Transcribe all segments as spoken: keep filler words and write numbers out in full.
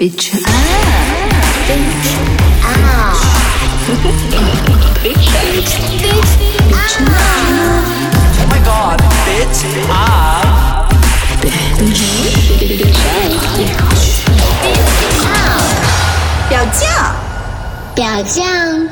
Bitch up, bitch up, bitch up. Oh my god, bitch up, bitch up. 表酱， 表酱。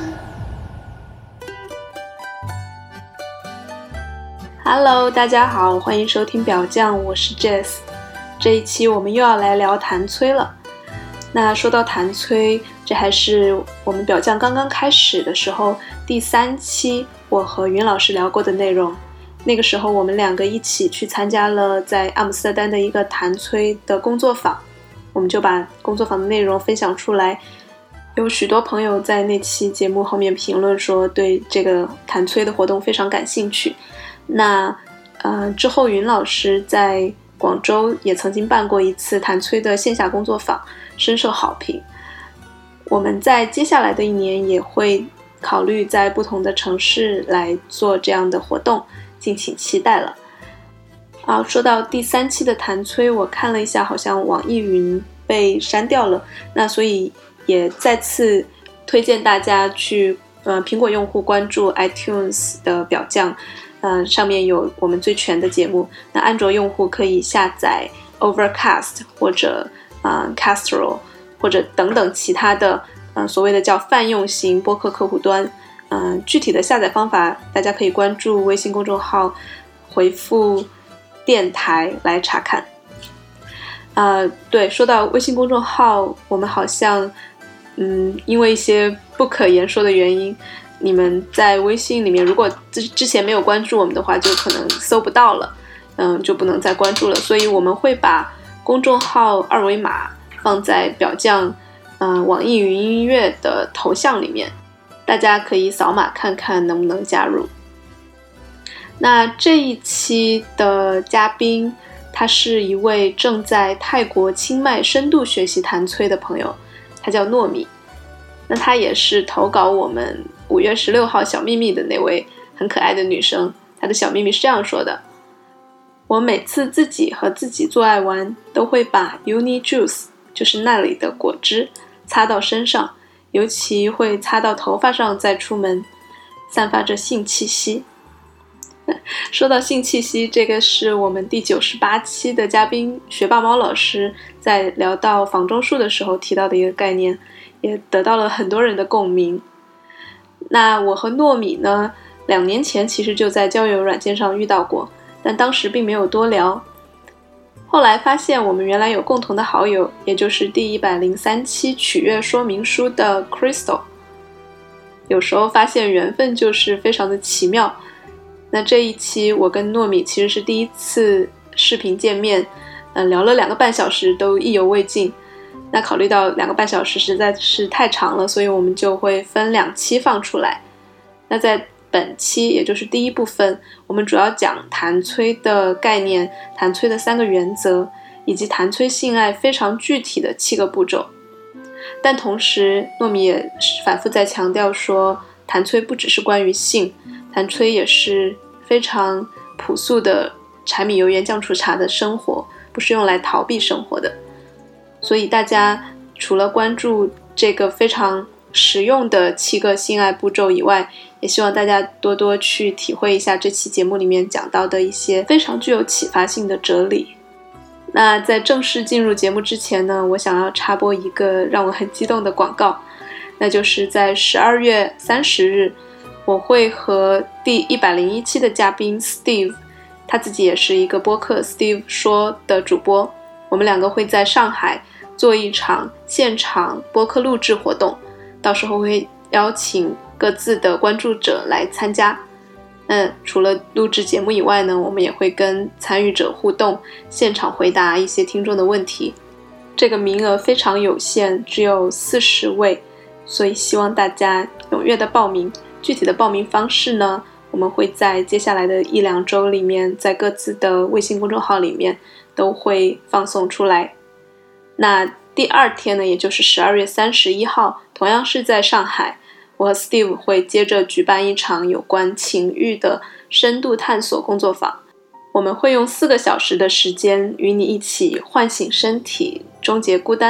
Hello， 大家好，欢迎收听表酱，我是 Jess。这一期我们又要来聊弹催了。那说到弹催，这还是我们表酱刚刚开始的时候第三期我和云老师聊过的内容。那个时候我们两个一起去参加了在阿姆斯特丹的一个弹催的工作坊，我们就把工作坊的内容分享出来。有许多朋友在那期节目后面评论说对这个弹催的活动非常感兴趣。那呃之后云老师在广州也曾经办过一次弹催的线下工作坊，深受好评。我们在接下来的一年也会考虑在不同的城市来做这样的活动，敬请期待了。啊，说到第三期的弹催，我看了一下，好像网易云被删掉了，那所以也再次推荐大家去呃苹果用户关注 iTunes 的表酱。嗯，上面有我们最全的节目。那安卓用户可以下载 Overcast 或者、呃、Castro 或者等等其他的、呃、所谓的叫泛用型播客客户端、呃、具体的下载方法大家可以关注微信公众号回复电台来查看。呃，对，说到微信公众号，我们好像嗯，因为一些不可言说的原因，你们在微信里面如果之前没有关注我们的话，就可能搜不到了，嗯，就不能再关注了。所以我们会把公众号二维码放在表酱嗯，网易云音乐的头像里面，大家可以扫码看看能不能加入。那这一期的嘉宾，他是一位正在泰国清迈深度学习弹催的朋友，他叫糯米。那他也是投稿我们五月十六号小秘密的那位很可爱的女生。她的小秘密是这样说的：我每次自己和自己做爱玩，都会把 Uni Juice 就是那里的果汁擦到身上，尤其会擦到头发上再出门，散发着性气息。说到性气息，这个是我们第九十八期的嘉宾学霸猫老师在聊到房中术的时候提到的一个概念，也得到了很多人的共鸣。那我和糯米呢，两年前其实就在交友软件上遇到过，但当时并没有多聊。后来发现我们原来有共同的好友，也就是第一百零三期取悦说明书的 Crystal。 有时候发现缘分就是非常的奇妙。那这一期我跟糯米其实是第一次视频见面，嗯，聊了两个半小时都意犹未尽。那考虑到两个半小时实在是太长了，所以我们就会分两期放出来。那在本期，也就是第一部分，我们主要讲弹催的概念、弹催的三个原则，以及弹催性爱非常具体的七个步骤。但同时，糯米也反复在强调说，弹催不只是关于性，弹催也是非常朴素的柴米油盐酱醋茶的生活，不是用来逃避生活的。所以大家除了关注这个非常实用的七个性爱步骤以外，也希望大家多多去体会一下这期节目里面讲到的一些非常具有启发性的哲理。那在正式进入节目之前呢，我想要插播一个让我很激动的广告，那就是在十二月三十日，我会和第一百零一期的嘉宾 Steve， 他自己也是一个播客 Steve 说的主播，我们两个会在上海做一场现场播客录制活动，到时候会邀请各自的关注者来参加。嗯，除了录制节目以外呢，我们也会跟参与者互动，现场回答一些听众的问题。这个名额非常有限，只有四十位，所以希望大家踊跃的报名。具体的报名方式呢，我们会在接下来的一两周里面，在各自的微信公众号里面都会放送出来。那第二天呢，也就是十二月三十一号，同样是在上海，我和 Steve 会接着举办一场有关情欲的深度探索工作坊。我们会用四个小时的时间与你一起唤醒身体，终结孤单，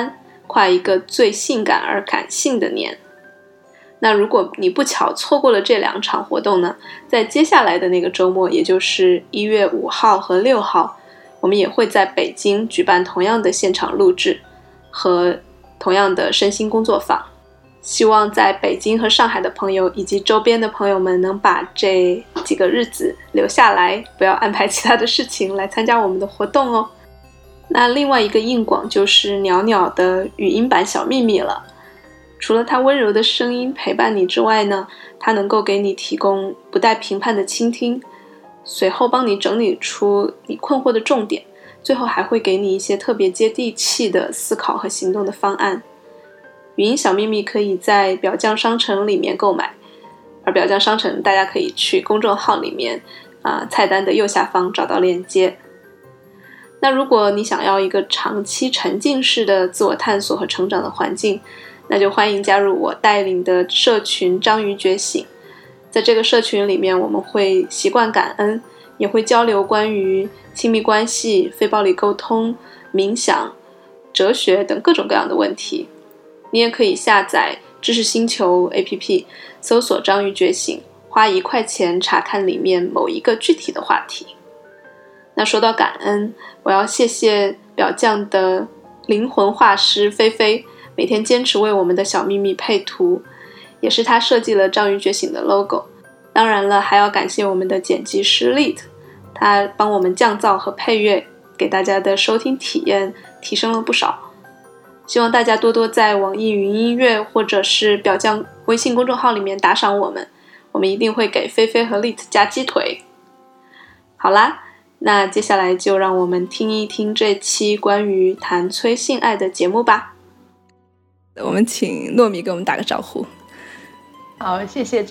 跨一个最性感而感性的年。那如果你不巧错过了这两场活动呢，在接下来的那个周末，也就是一月五号和六号，我们也会在北京举办同样的现场录制和同样的身心工作坊。希望在北京和上海的朋友以及周边的朋友们能把这几个日子留下来，不要安排其他的事情来参加我们的活动哦。那另外一个硬广就是袅袅的语音版小秘密了。除了它温柔的声音陪伴你之外呢，它能够给你提供不带评判的倾听，随后帮你整理出你困惑的重点，最后还会给你一些特别接地气的思考和行动的方案。语音小秘密可以在表匠商城里面购买，而表匠商城大家可以去公众号里面、呃、菜单的右下方找到链接。那如果你想要一个长期沉浸式的自我探索和成长的环境，那就欢迎加入我带领的社群章鱼觉醒。在这个社群里面，我们会习惯感恩，也会交流关于亲密关系、非暴力沟通、冥想、哲学等各种各样的问题。你也可以下载知识星球 A P P， 搜索章鱼觉醒，花一块钱查看里面某一个具体的话题。那说到感恩，我要谢谢表匠的灵魂画师菲菲，每天坚持为我们的小秘密配图，也是他设计了章鱼觉醒的 logo。 当然了，还要感谢我们的剪辑师 Lit， 他帮我们降噪和配乐，给大家的收听体验提升了不少。希望大家多多在网易云音乐或者是表匠微信公众号里面打赏我们，我们一定会给菲菲和 Lit 加鸡腿。好啦，那接下来就让我们听一听这期关于谈催性爱的节目吧。 我们请糯米给我们打个招呼。 好，谢谢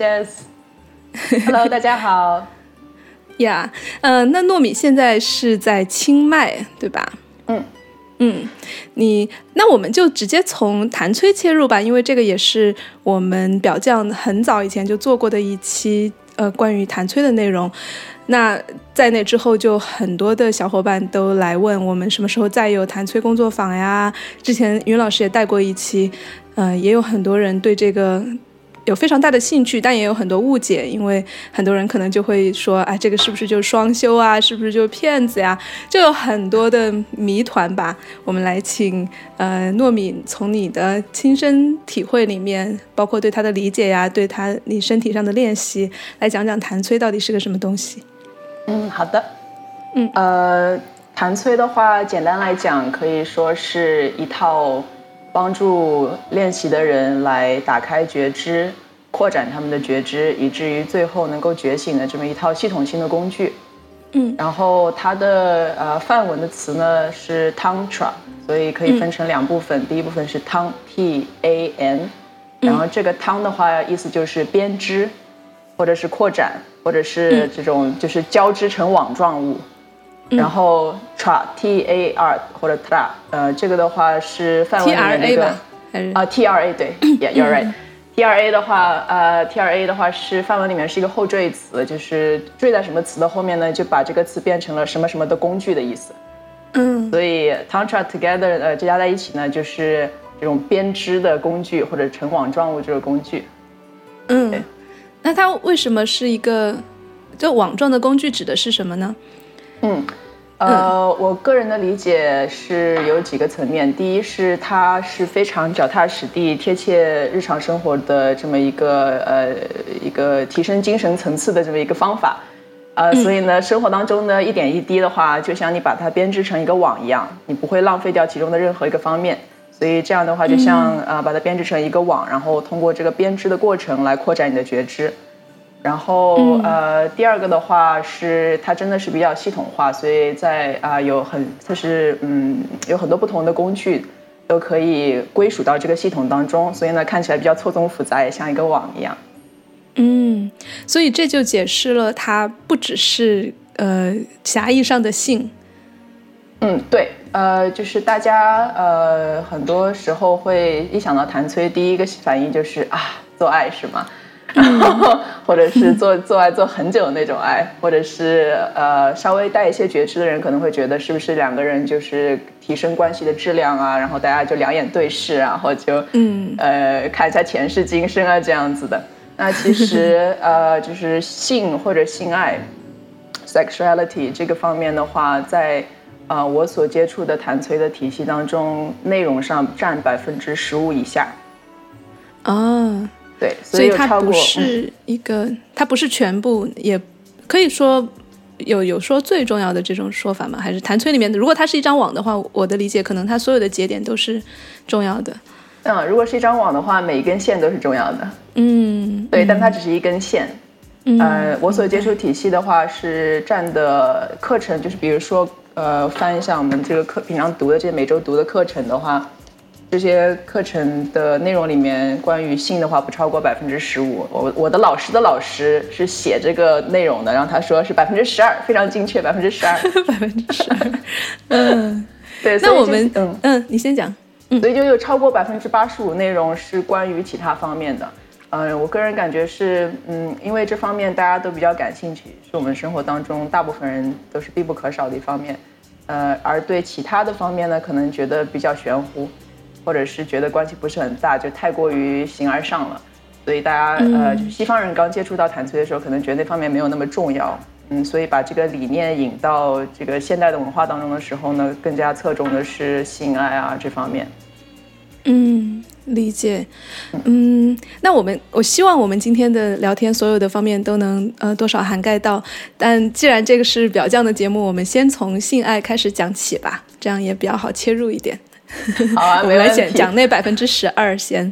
Jess。Hello， 大家好。 呀，呃，那糯米现在是在清迈，对吧？ 嗯嗯，你那我们就直接从谈催切入吧，因为这个也是我们表匠很早以前就做过的一期呃关于谈催的内容。那在那之后，就很多的小伙伴都来问我们什么时候再有谈催工作坊呀？之前云老师也带过一期，呃，也有很多人对这个有非常大的兴趣，但也有很多误解，因为很多人可能就会说，哎，这个是不是就是双修啊？是不是就是骗子呀？就有很多的谜团吧。我们来请呃糯米从你的亲身体会里面，包括对他的理解呀，对他你身体上的练习，来讲讲谈催到底是个什么东西。 嗯，好的。 嗯， 呃，谈催的话，简单来讲，可以说是一套帮助练习的人来打开觉知，扩展他们的觉知，以至于最后能够觉醒的这么一套系统性的工具。 嗯， 然后它的呃梵文的词呢是 Tantra， 所以可以分成两部分。嗯、第一部分是 Tan T A N， 然后这个 Tan 的话意思就是编织，或者是扩展，或者是这种就是交织成网状物。嗯、然后 Tra T A R 或者 Tra， 呃，这个的话是梵文里面那个啊、呃、T R A 对 ，Yeah you're right。T R A 的话，呃 ，T R A 的话是梵文里面是一个后缀词，就是缀在什么词的后面呢，就把这个词变成了什么什么的工具的意思。 嗯， 所以 Tantra together 呃，加在一起呢，就是这种编织的工具或者成网状物这个工具。 嗯，那它为什么是一个就网状的工具？指的是什么呢？ 嗯。呃，我个人的理解是有几个层面。第一是它是非常脚踏实地、贴切日常生活的这么一个呃一个提升精神层次的这么一个方法，呃，所以呢，生活当中呢一点一滴的话，就像你把它编织成一个网一样，你不会浪费掉其中的任何一个方面。所以这样的话，就像呃把它编织成一个网，然后通过这个编织的过程来扩展你的觉知。然后、嗯、呃，第二个的话是它真的是比较系统化，所以在啊、呃、有很它是嗯有很多不同的工具都可以归属到这个系统当中，所以呢看起来比较错综复杂，也像一个网一样。 嗯，所以这就解释了它不只是呃狭义上的性。 嗯，对，呃，就是大家呃很多时候会一想到谈催，第一个反应就是啊做爱是吗？ 然后或者是做做爱做很久的那种爱，或者是呃稍微带一些觉知的人可能会觉得是不是两个人就是提升关系的质量啊，然后大家就两眼对视，然后就嗯呃看一下前世今生啊这样子的。那其实呃就是性或者性爱 sexuality 这个方面的话，在呃我所接触的谭崔的体系当中，内容上占百分之十五以下。 哦， 对， 所以它不是一个、嗯、它不是全部，也可以说有有说最重要的这种说法吗？还是谭崔里面的，如果它是一张网的话，我的理解可能它所有的节点都是重要的。 嗯，如果是一张网的话，每一根线都是重要的。 嗯， 对，但它只是一根线。嗯，呃，我所接触体系的话是占的课程，就是比如说呃翻一下我们这个课平常读的这些每周读的课程的话。这些课程的内容里面，关于性的话不超过百分之十五。我我的老师的老师是写这个内容的，然后他说是百分之十二，非常精确，百分之十二， 百分之十二。嗯， 对。 那我们嗯嗯，你先讲。 嗯，所以就有超过百分之八十五内容是关于其他方面的。嗯、呃，我个人感觉是，嗯，因为这方面大家都比较感兴趣，是我们生活当中大部分人都是必不可少的一方面。呃，而对其他的方面呢，可能觉得比较玄乎。或者是觉得关系不是很大，就太过于形而上了，所以大家、嗯、呃，西方人刚接触到谭崔的时候，可能觉得那方面没有那么重要，嗯，所以把这个理念引到这个现代的文化当中的时候呢，更加侧重的是性爱啊这方面。 嗯，理解。嗯，那我们我希望我们今天的聊天所有的方面都能呃多少涵盖到，但既然这个是表匠的节目，我们先从性爱开始讲起吧，这样也比较好切入一点。 好啊， 我们来讲讲那百分之十二先。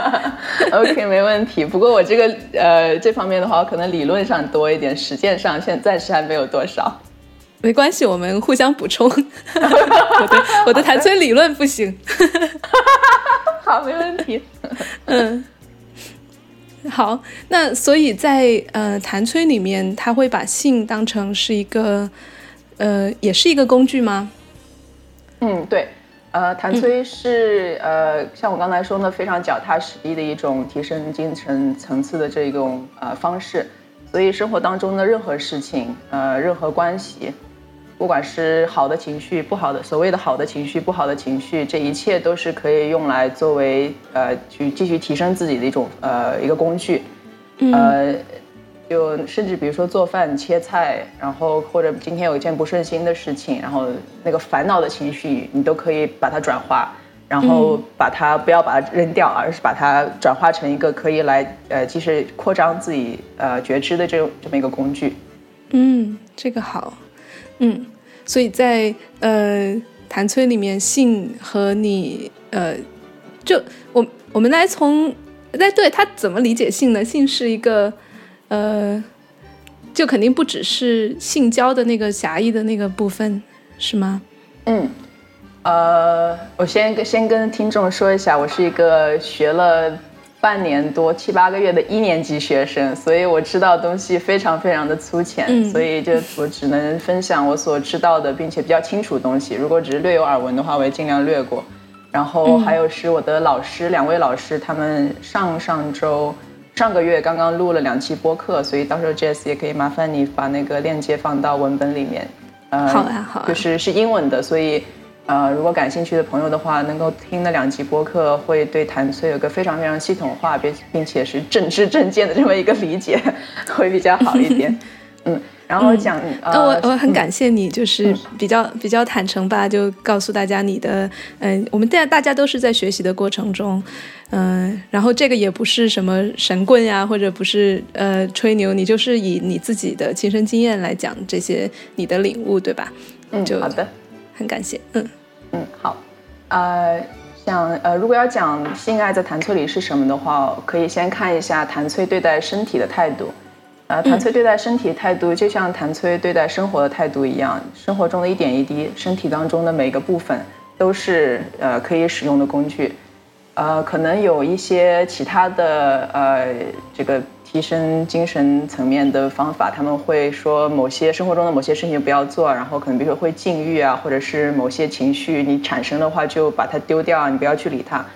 OK， 没问题。不过我这个呃这方面的话，可能理论上多一点，实践上现在暂时还没有多少。 没关系，我们互相补充。我的我的谭崔理论不行。 好，没问题。 嗯，好。那所以在呃谭崔里面，他会把性当成是一个呃也是一个工具吗？ 嗯，对。呃，谭崔是、嗯、呃，像我刚才说呢，非常脚踏实地的一种提升精神层次的这种呃方式。所以生活当中的任何事情，呃，任何关系，不管是好的情绪、不好的，所谓的好的情绪、不好的情绪，这一切都是可以用来作为呃去继续提升自己的一种呃一个工具。 嗯、 呃。就甚至比如说做饭切菜，然后或者今天有一件不顺心的事情，然后那个烦恼的情绪你都可以把它转化，然后把它不要把它扔掉，而是把它转化成一个可以来呃继续扩张自己呃觉知的这种这么一个工具。 嗯，这个好。嗯，所以在呃谭崔里面，性和你呃就我我们来从哎对他怎么理解性呢？性是一个呃，就肯定不只是性交的那个狭义的那个部分，是吗？ 嗯，呃，我先先跟听众说一下，我是一个学了半年多七八个月的一年级学生，所以我知道的东西非常非常的粗浅、嗯、所以就我只能分享我所知道的并且比较清楚的东西，如果只是略有耳闻的话我也尽量略过。然后还有是我的老师、嗯、两位老师，他们上上周上个月刚刚录了两期播客，所以到时候 Jess 也可以麻烦你把那个链接放到文本里面。 呃、好啊好啊， 就是是英文的，所以呃，如果感兴趣的朋友的话，能够听那两集播客，会对谭崔有个非常非常系统化并并且是正知正见的这么一个理解，会比较好一点。嗯，然后讲、 嗯、呃，我我很感谢你，就是比较、嗯、比较坦诚吧，就告诉大家你的，嗯、呃，我们大大家都是在学习的过程中，嗯、呃，然后这个也不是什么神棍呀，或者不是呃吹牛，你就是以你自己的亲身经验来讲这些你的领悟，对吧？ 嗯， 就好的， 很感谢，嗯嗯，好，呃。像呃，如果要讲性爱在谭崔里是什么的话，可以先看一下谭崔对待身体的态度。呃，谭崔对待身体态度就像谭崔对待生活的态度一样，生活中的一点一滴，身体当中的每个部分都是呃可以使用的工具。呃，可能有一些其他的呃这个提升精神层面的方法，他们会说某些生活中的某些事情不要做，然后可能比如说会禁欲啊，或者是某些情绪你产生的话就把它丢掉，你不要去理它。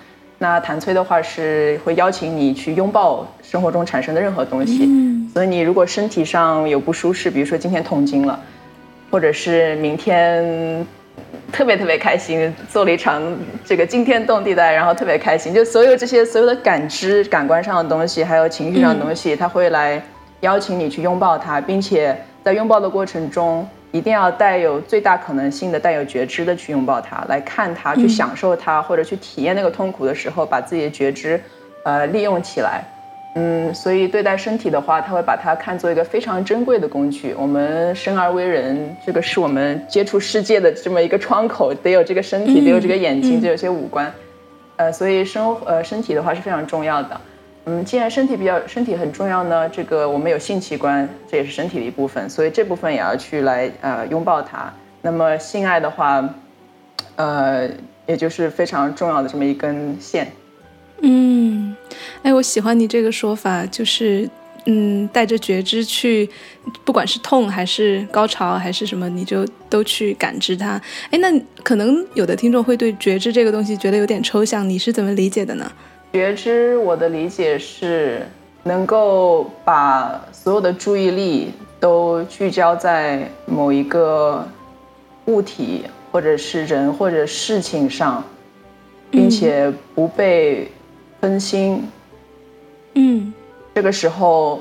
那弹催的话是会邀请你去拥抱生活中产生的任何东西，嗯，所以你如果身体上有不舒适，比如说今天痛经了，或者是明天特别特别开心，做了一场这个惊天动地的爱，然后特别开心，就所有这些所有的感知、感官上的东西，还有情绪上的东西，它会来邀请你去拥抱它，并且在拥抱的过程中，一定要带有最大可能性的、带有觉知的去拥抱它，来看它，去享受它，或者去体验那个痛苦的时候，把自己的觉知，呃，利用起来。嗯，所以对待身体的话，他会把它看作一个非常珍贵的工具。我们生而为人，这个是我们接触世界的这么一个窗口，得有这个身体，得有这个眼睛，得有这些五官。呃，所以生呃身体的话是非常重要的。嗯，既然身体比较身体很重要呢，这个我们有性器官，这也是身体的一部分，所以这部分也要去来呃拥抱它。那么性爱的话，呃，也就是非常重要的这么一根线。 嗯，哎，我喜欢你这个说法，就是嗯，带着觉知去，不管是痛还是高潮还是什么，你就都去感知它。哎，那可能有的听众会对觉知这个东西觉得有点抽象，你是怎么理解的呢？ 觉知，我的理解是能够把所有的注意力都聚焦在某一个物体或者是人或者事情上，并且不被分心。嗯，这个时候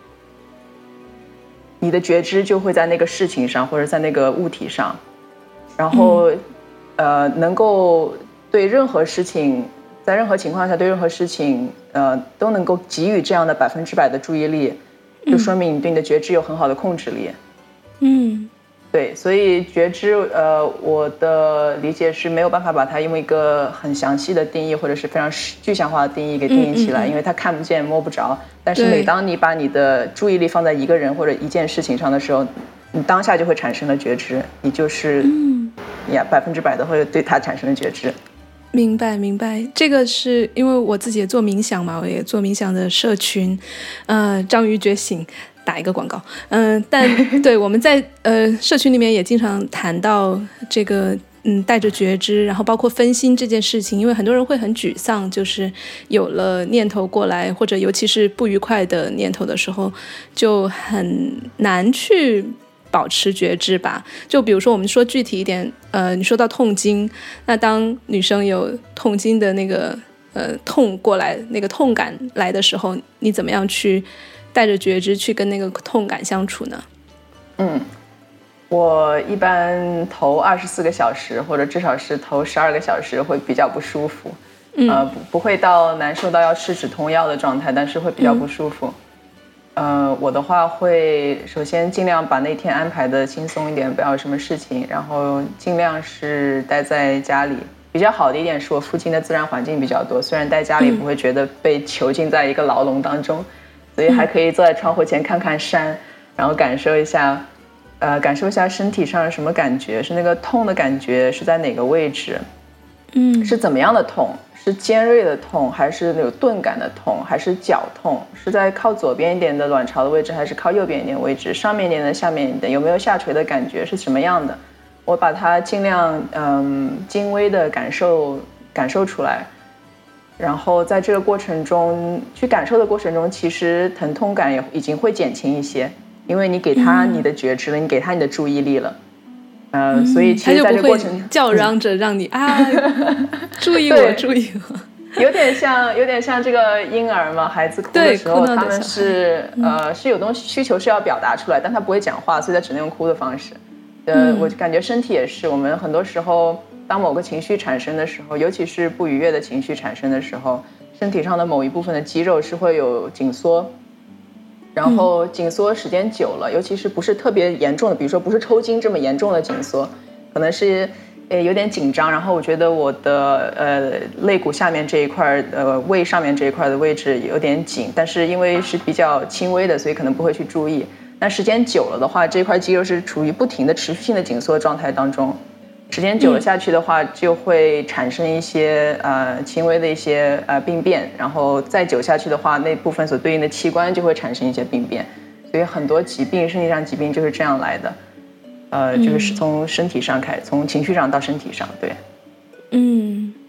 你的觉知就会在那个事情上或者在那个物体上，然后、嗯、呃，能够对任何事情，在任何情况下对任何事情呃都能够给予这样的百分之百的注意力，就说明你对你的觉知有很好的控制力。嗯，对，所以觉知呃我的理解是没有办法把它用一个很详细的定义或者是非常具象化的定义给定义起来，嗯嗯嗯，因为它看不见摸不着。但是每当你把你的注意力放在一个人或者一件事情上的时候，你当下就会产生了觉知，你就是嗯呀百分之百的会对它产生了觉知。 明白明白，这个是因为我自己也做冥想嘛，我也做冥想的社群，呃，章鱼觉醒打一个广告，嗯、呃，但对我们在呃社群里面也经常谈到这个，嗯，带着觉知，然后包括分心这件事情，因为很多人会很沮丧，就是有了念头过来，或者尤其是不愉快的念头的时候，就很难去保持觉知吧。就比如说我们说具体一点，呃，你说到痛经，那当女生有痛经的那个呃痛过来，那个痛感来的时候，你怎么样去带着觉知去跟那个痛感相处呢？ 嗯，我一般头二十四个小时，或者至少是头十二个小时会比较不舒服，嗯、呃，不不会到难受到要吃止痛药的状态，但是会比较不舒服。嗯、呃，我的话会首先尽量把那天安排的轻松一点，不要有什么事情，然后尽量是待在家里。比较好的一点是我附近的自然环境比较多，虽然待家里不会觉得被囚禁在一个牢笼当中，所以还可以坐在窗户前看看山，然后感受一下，呃，感受一下身体上是什么感觉，是那个痛的感觉是在哪个位置，嗯，是怎么样的痛，是尖锐的痛，还是有钝感的痛，还是绞痛，是在靠左边一点的卵巢的位置，还是靠右边一点的位置，上面一点的下面一点，有没有下垂的感觉，是什么样的，我把它尽量嗯精微的感受感受出来。然后在这个过程中去感受的过程中，其实疼痛感也已经会减轻一些，因为你给他你的觉知了，嗯、你给他你的注意力了，呃，嗯、所以其实在这个过程中叫嚷着让你、嗯、啊注意我注意我， 有点像有点像这个婴儿嘛，孩子哭的时候，他们是、嗯、呃是有东西需求是要表达出来，但他不会讲话，所以他只能用哭的方式。呃，嗯、我感觉身体也是，我们很多时候。当某个情绪产生的时候，尤其是不愉悦的情绪产生的时候，身体上的某一部分的肌肉是会有紧缩，然后紧缩时间久了，尤其是不是特别严重的，比如说不是抽筋这么严重的紧缩，可能是呃有点紧张，然后我觉得我的呃肋骨下面这一块呃胃上面这一块的位置有点紧，但是因为是比较轻微的，所以可能不会去注意。那时间久了的话，这块肌肉是处于不停的持续性的紧缩状态当中。时间久了下去的话，就会产生一些呃轻微的一些呃病变，然后再久下去的话，那部分所对应的器官就会产生一些病变，所以很多疾病，身体上疾病就是这样来的，呃，就是从身体上开始，从情绪上到身体上，对。 嗯，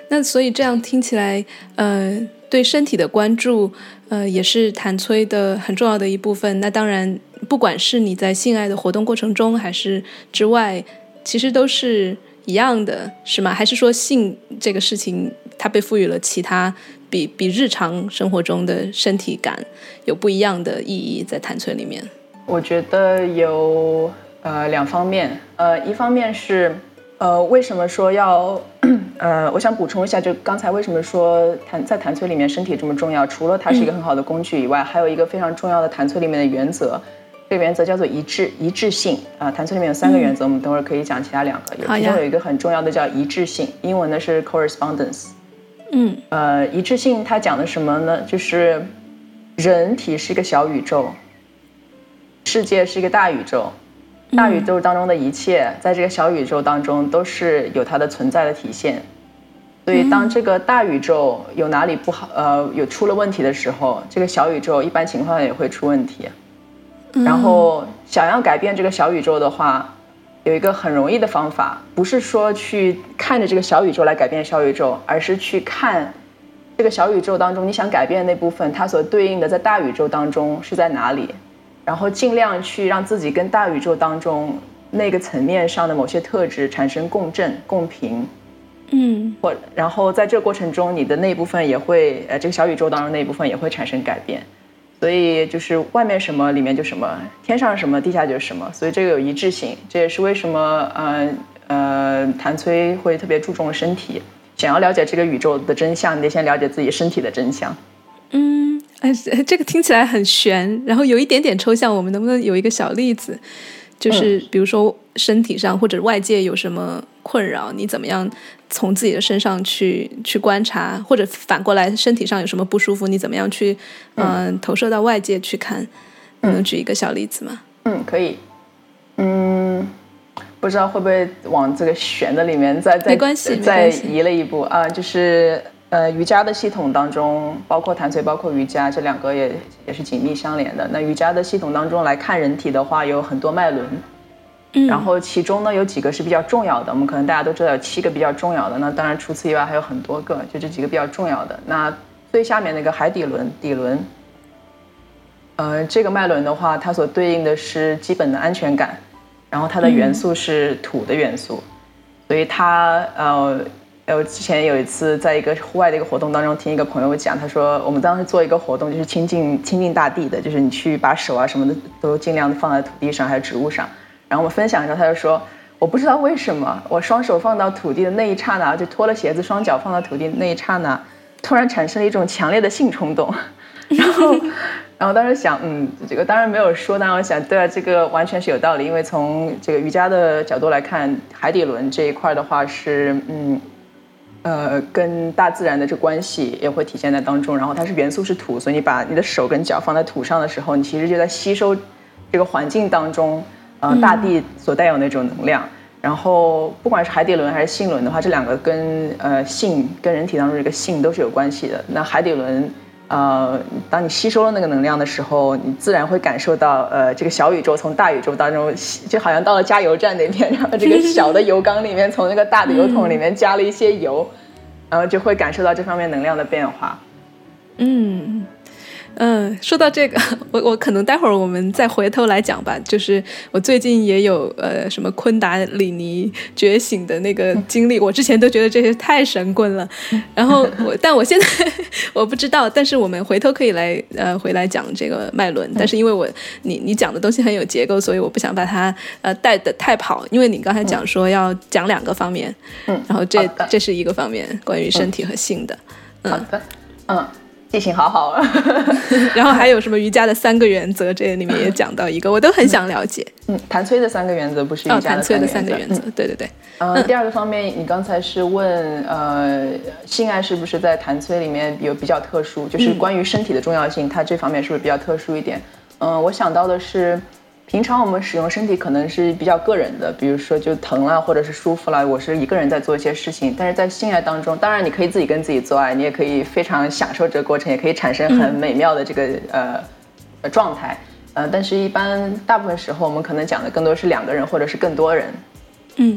那所以这样听起来，呃，对身体的关注，呃，也是谭崔的很重要的一部分。那当然，不管是你在性爱的活动过程中，还是之外，其实都是一样的，是吗？还是说性这个事情，它被赋予了其他比比日常生活中的身体感有不一样的意义在谭崔里面？ 我觉得有呃两方面，呃，一方面是呃为什么说要呃，我想补充一下，就刚才为什么说谭在谭崔里面身体这么重要？除了它是一个很好的工具以外，嗯、还有一个非常重要的谭崔里面的原则。这个原则叫做一致一致性啊、呃，谭崔里面有三个原则，嗯、我们等会儿可以讲其他两个。有其中有一个很重要的叫一致性，英文呢是 correspondence。 嗯， 呃，一致性它讲的什么呢？就是人体是一个小宇宙，世界是一个大宇宙，大宇宙当中的一切，在这个小宇宙当中都是有它的存在的体现。所以，当这个大宇宙有哪里不好，呃，有出了问题的时候，这个小宇宙一般情况下也会出问题。然后想要改变这个小宇宙的话，有一个很容易的方法，不是说去看着这个小宇宙来改变小宇宙，而是去看这个小宇宙当中你想改变的那部分，它所对应的在大宇宙当中是在哪里，然后尽量去让自己跟大宇宙当中那个层面上的某些特质产生共振共频。 嗯， 或然后在这个过程中，你的那部分也会，呃，这个小宇宙当中那一部分也会产生改变。所以就是外面什么里面就什么，天上什么地下就是什么，所以这个有一致性。这也是为什么呃呃谭崔会特别注重身体，想要了解这个宇宙的真相，你得先了解自己身体的真相。 嗯，哎，这个听起来很玄，然后有一点点抽象，我们能不能有一个小例子？就是比如说身体上或者外界有什么困扰，你怎么样从自己的身上去去观察，或者反过来身体上有什么不舒服，你怎么样去嗯、呃、投射到外界去看？能举一个小例子吗？ 嗯，可以。嗯，不知道会不会往这个玄的里面再再没关系再移了一步啊、呃？就是呃瑜伽的系统当中，包括谭崔包括瑜伽这两个也也是紧密相连的。那瑜伽的系统当中来看人体的话，有很多脉轮。然后其中呢有几个是比较重要的，我们可能大家都知道有七个比较重要的，那当然除此以外还有很多个，就这几个比较重要的。那最下面那个海底轮底轮，呃，这个脉轮的话，它所对应的是基本的安全感，然后它的元素是土的元素，嗯、所以它呃呃，之前有一次在一个户外的一个活动当中听一个朋友讲，他说我们当时做一个活动就是亲近亲近大地的，就是你去把手啊什么的都尽量的放在土地上还有植物上。然后我们分享的时候，他就说：“我不知道为什么，我双手放到土地的那一刹那，就脱了鞋子，双脚放到土地的那一刹那，突然产生了一种强烈的性冲动。”然后，然后当时想，嗯，这个当然没有说，但我想，对啊，这个完全是有道理，因为从这个瑜伽的角度来看，海底轮这一块的话是，嗯，呃，跟大自然的这关系也会体现在当中。然后它是元素是土，所以你把你的手跟脚放在土上的时候，你其实就在吸收这个环境当中。呃，大地所带有那种能量，嗯、然后不管是海底轮还是性轮的话，这两个跟呃性跟人体当中这个性都是有关系的。那海底轮，呃，当你吸收了那个能量的时候，你自然会感受到，呃，这个小宇宙从大宇宙当中，就好像到了加油站那边，然后这个小的油缸里面从那个大的油桶里面加了一些油，然后就会感受到这方面能量的变化。 嗯。嗯，说到这个，我我可能待会儿我们再回头来讲吧。就是我最近也有呃什么昆达里尼觉醒的那个经历，我之前都觉得这些太神棍了。然后我，但我现在我不知道，但是我们回头可以来呃回来讲这个脉轮。但是因为我你你讲的东西很有结构，所以我不想把它呃带得太跑。因为你刚才讲说要讲两个方面，嗯，然后这这是一个方面，关于身体和性的。 嗯、好的，嗯。记性好好啊然后还有什么瑜伽的三个原则，这里面也讲到一个，我都很想了解。 嗯，谭崔的三个原则不是瑜伽的三个原则。哦，谭崔的三个原则， 嗯、对对对。 呃、嗯，第二个方面，你刚才是问呃，性爱是不是在谭崔里面有比较特殊，就是关于身体的重要性，它这方面是不是比较特殊一点？嗯，我想到的是。平常我们使用身体可能是比较个人的，比如说就疼了或者是舒服了，我是一个人在做一些事情。但是在性爱当中，当然你可以自己跟自己做爱，你也可以非常享受这个过程，也可以产生很美妙的这个、嗯、呃状态。呃，但是一般大部分时候我们可能讲的更多是两个人或者是更多人。 嗯，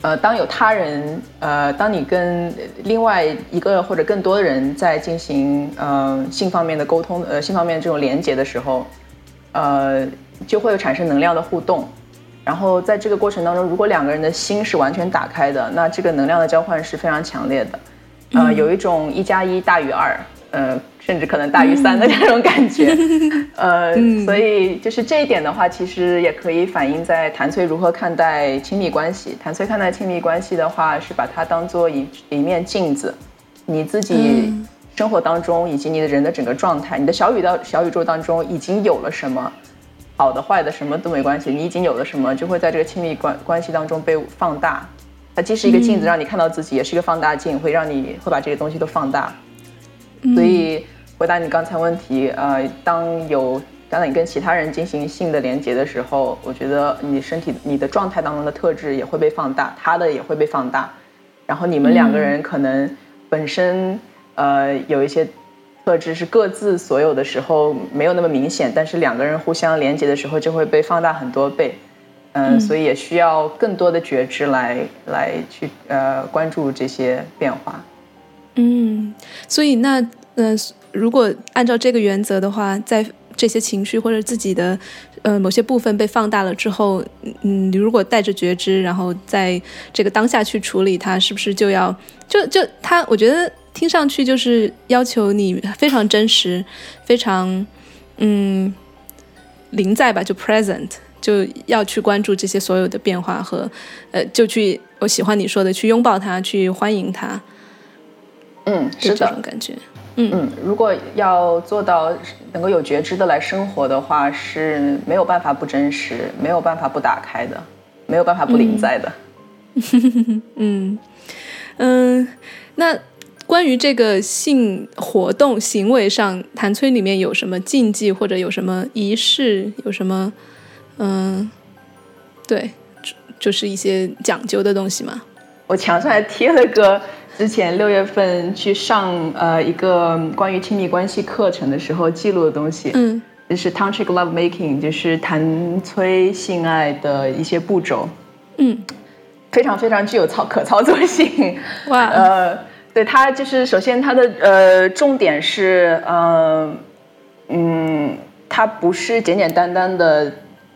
呃，当有他人，呃，当你跟另外一个或者更多的人在进行呃性方面的沟通，呃，性方面这种连接的时候，呃，就会有产生能量的互动。然后在这个过程当中，如果两个人的心是完全打开的，那这个能量的交换是非常强烈的。呃，有一种一加一大于二，呃，甚至可能大于三的这种感觉。呃，所以就是这一点的话，其实也可以反映在谭崔如何看待亲密关系。谭崔看待亲密关系的话，是把它当做一一面镜子，你自己生活当中以及你的人的整个状态，你的小宇宙小宇宙当中已经有了什么，好的坏的什么都没关系，你已经有了什么，就会在这个亲密关关系当中被放大。它既是一个镜子让你看到自己，也是一个放大镜，会让你会把这些东西都放大。所以回答你刚才问题，呃，当有当你跟其他人进行性的连接的时候，我觉得你身体你的状态当中的特质也会被放大，他的也会被放大，然后你们两个人可能本身呃有一些特质是各自所有的时候没有那么明显，但是两个人互相连接的时候就会被放大很多倍。嗯、呃，所以也需要更多的觉知来来去呃关注这些变化。 嗯，所以那呃，如果按照这个原则的话，在这些情绪或者自己的呃某些部分被放大了之后，嗯，你如果带着觉知，然后在这个当下去处理它，是不是就要就就它？我觉得听上去就是要求你非常真实，非常嗯临在吧，就 present。就要去关注这些所有的变化和，呃，就去我喜欢你说的，去拥抱它，去欢迎它。 嗯，是的， 这种感觉。嗯嗯，如果要做到能够有觉知的来生活的话，是没有办法不真实，没有办法不打开的，没有办法不临在的。 嗯嗯，那关于这个性活动行为上，谭崔里面有什么禁忌或者有什么仪式，有什么？嗯，对，就是一些讲究的东西嘛。 我墙上还贴了个之前六月份去上呃一个关于亲密关系课程的时候记录的东西，嗯，就是 Tantric Love Making， 就是谭崔性爱的一些步骤，嗯，非常非常具有操可操作性。哇，呃，对，它就是首先它的呃重点是呃嗯，它不是简简单单的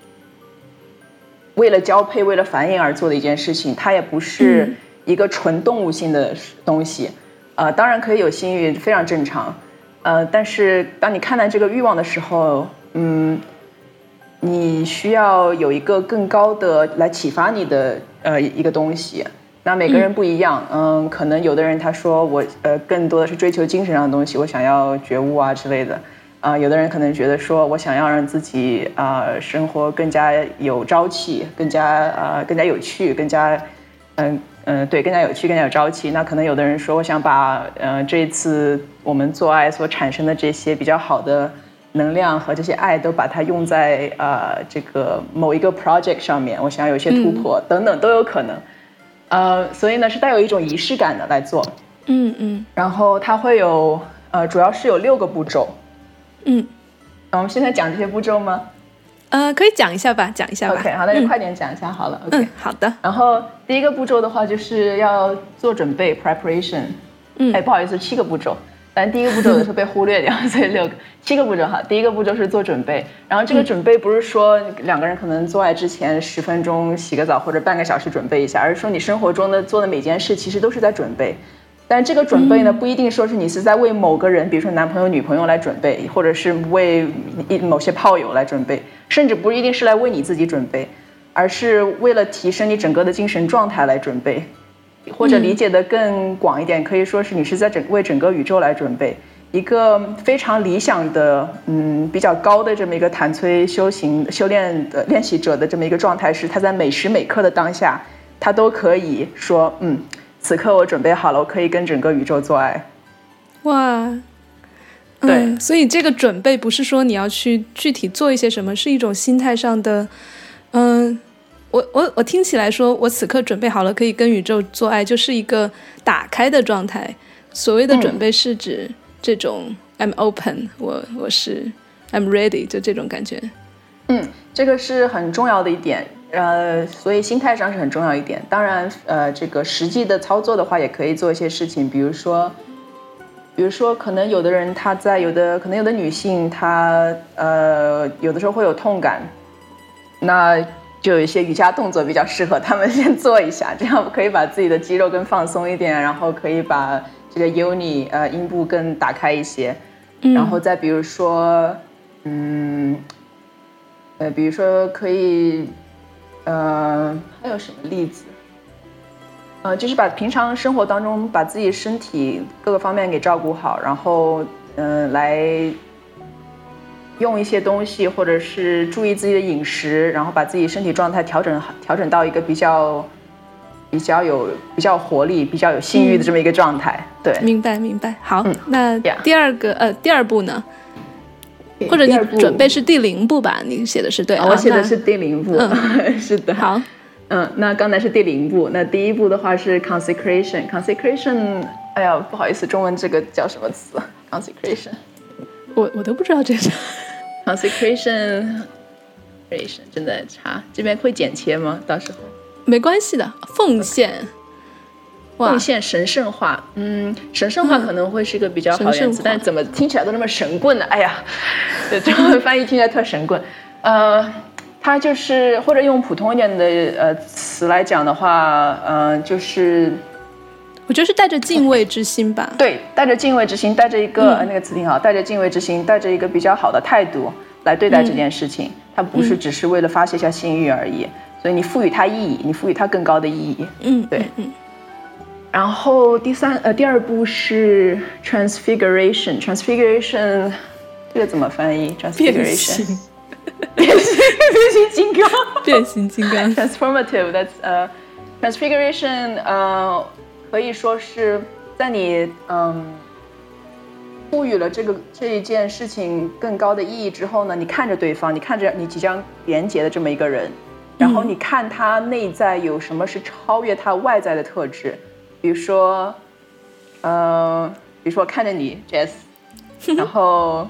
为了交配为了繁衍而做的一件事情，它也不是一个纯动物性的东西，呃，当然可以有性欲，非常正常，呃，但是当你看待这个欲望的时候，嗯，你需要有一个更高的来启发你的呃一个东西。那每个人不一样，嗯，可能有的人他说我呃更多的是追求精神上的东西，我想要觉悟啊之类的。啊、呃，有的人可能觉得说，我想要让自己啊、呃、生活更加有朝气，更加啊、呃、更加有趣，更加嗯嗯、呃、对，更加有趣，更加有朝气。那可能有的人说，我想把呃这一次我们做爱所产生的这些比较好的能量和这些爱，都把它用在呃这个某一个 project 上面，我想要有一些突破、嗯、等等都有可能。呃，所以呢是带有一种仪式感的来做。嗯嗯。然后它会有呃主要是有六个步骤。嗯，我们现在讲这些步骤吗？ 呃，可以讲一下吧，讲一下吧。 OK， 好，那就快点讲一下好了。 嗯、 OK， 嗯，好的。 然后第一个步骤的话，就是要做准备 preparation。嗯，哎，不好意思，七个步骤，但第一个步骤有的时候被忽略掉，所以六个、七个步骤哈。第一个步骤是做准备，然后这个准备不是说两个人可能做爱之前十分钟洗个澡或者半个小时准备一下，而是说你生活中的做的每件事其实都是在准备。但这个准备呢，不一定说是你是在为某个人，比如说男朋友、女朋友来准备，或者是为某些炮友来准备，甚至不一定是来为你自己准备，而是为了提升你整个的精神状态来准备，或者理解的更广一点，可以说是你是在整为整个宇宙来准备。一个非常理想的，嗯，比较高的这么一个谭崔修行修炼的练习者的这么一个状态是，他在每时每刻的当下，他都可以说，嗯。此刻我准备好了，我可以跟整个宇宙做爱。 哇，嗯、对，所以这个准备不是说你要去具体做一些什么，是一种心态上的，嗯，我我我听起来说，我此刻准备好了，可以跟宇宙做爱，就是一个打开的状态。所谓的准备是指这种、嗯、I'm open， 我我是 I'm ready， 就这种感觉。 嗯，这个是很重要的一点，呃，所以心态上是很重要一点。当然，呃，这个实际的操作的话，也可以做一些事情，比如说，比如说，可能有的人他在有的，可能有的女性她呃有的时候会有痛感，那就有一些瑜伽动作比较适合他们先做一下，这样可以把自己的肌肉更放松一点，然后可以把这个 yoni 呃阴部更打开一些，嗯、然后再比如说，嗯。呃，比如说可以，呃，还有什么例子？呃，就是把平常生活当中把自己身体各个方面给照顾好，然后，嗯、呃，来用一些东西，或者是注意自己的饮食，然后把自己身体状态调整好，调整到一个比较、比较有、比较活力、比较有性欲的这么一个状态。嗯、对， 明白明白。好， 嗯、 那第二个、yeah. 呃，第二步呢？或者你准备是第零步吧？你写的是对、 啊、我写的是第零步，嗯、是的。 好， 嗯，那刚才是第零步，那第一步的话是 consecration。consecration， 哎呀，不好意思，中文这个叫什么词 ？consecration， 我我都不知道这是。 consecration， 正在查，这边会剪切吗？到时候没关系的，奉献。 奉献神圣化，嗯，神圣化可能会是一个比较好的词，但怎么听起来都那么神棍呢？哎呀，这中文翻译听起来特神棍。呃，它就是或者用普通一点的呃词来讲的话，嗯、呃，就是我觉得是带着敬畏之心吧。 对，带着敬畏之心，带着一个、嗯呃、那个词挺好，带着敬畏之心，带着一个比较好的态度来对待这件事情。嗯、它不是只是为了发泄一下性欲而已，嗯、所以你赋予它意义，你赋予它更高的意义。 嗯， 对， 嗯。嗯然后第三呃第二步是 transfiguration transfiguration 这个怎么翻译 transfiguration 变形变形金刚变形金刚 transformative that's 呃、uh, transfiguration 呃、uh, 可以说是在你嗯赋予了这个这一件事情更高的意义之后呢，你看着对方，你看着你即将连结的这么一个人，然后你看他内在有什么是超越他外在的特质。比如说，呃，比如说看着你 ，Jess， 然后，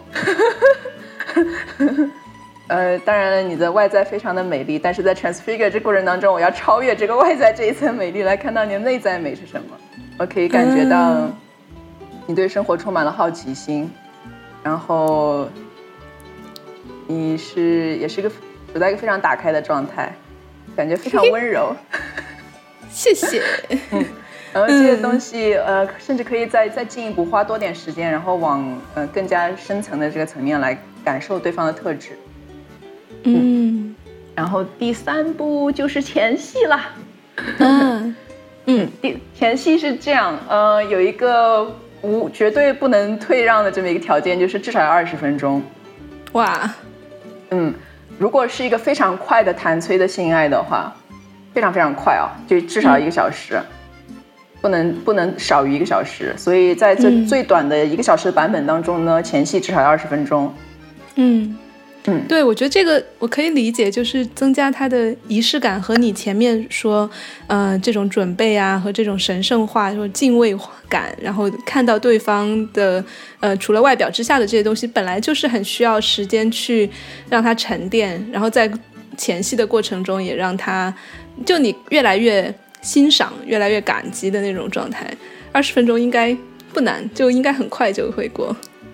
呃，当然了，你的外在非常的美丽，但是在 transfigure 这过程当中，我要超越这个外在这一层美丽，来看到你的内在美是什么。我可以感觉到你对生活充满了好奇心，然后你是也是一个处在一个非常打开的状态，感觉非常温柔。 谢谢。 嗯。然后这些东西，嗯、呃，甚至可以再再进一步花多点时间，然后往呃更加深层的这个层面来感受对方的特质。 嗯， 然后第三步就是前戏了。 嗯嗯，第前戏是这样，呃，有一个无绝对不能退让的这么一个条件，就是至少要二十分钟。 哇， 嗯，如果是一个非常快的弹催的性爱的话，非常非常快啊，就至少一个小时。嗯不能不能少于一个小时，所以在这最短的一个小时的版本当中呢，嗯、前戏至少要二十分钟。 嗯嗯， 对，我觉得这个我可以理解，就是增加它的仪式感和你前面说，呃，这种准备啊和这种神圣化或敬畏感，然后看到对方的呃除了外表之下的这些东西，本来就是很需要时间去让它沉淀，然后在前戏的过程中也让它就你越来越。欣赏越来越感激的那种状态，二十分钟应该不难，就应该很快就会过。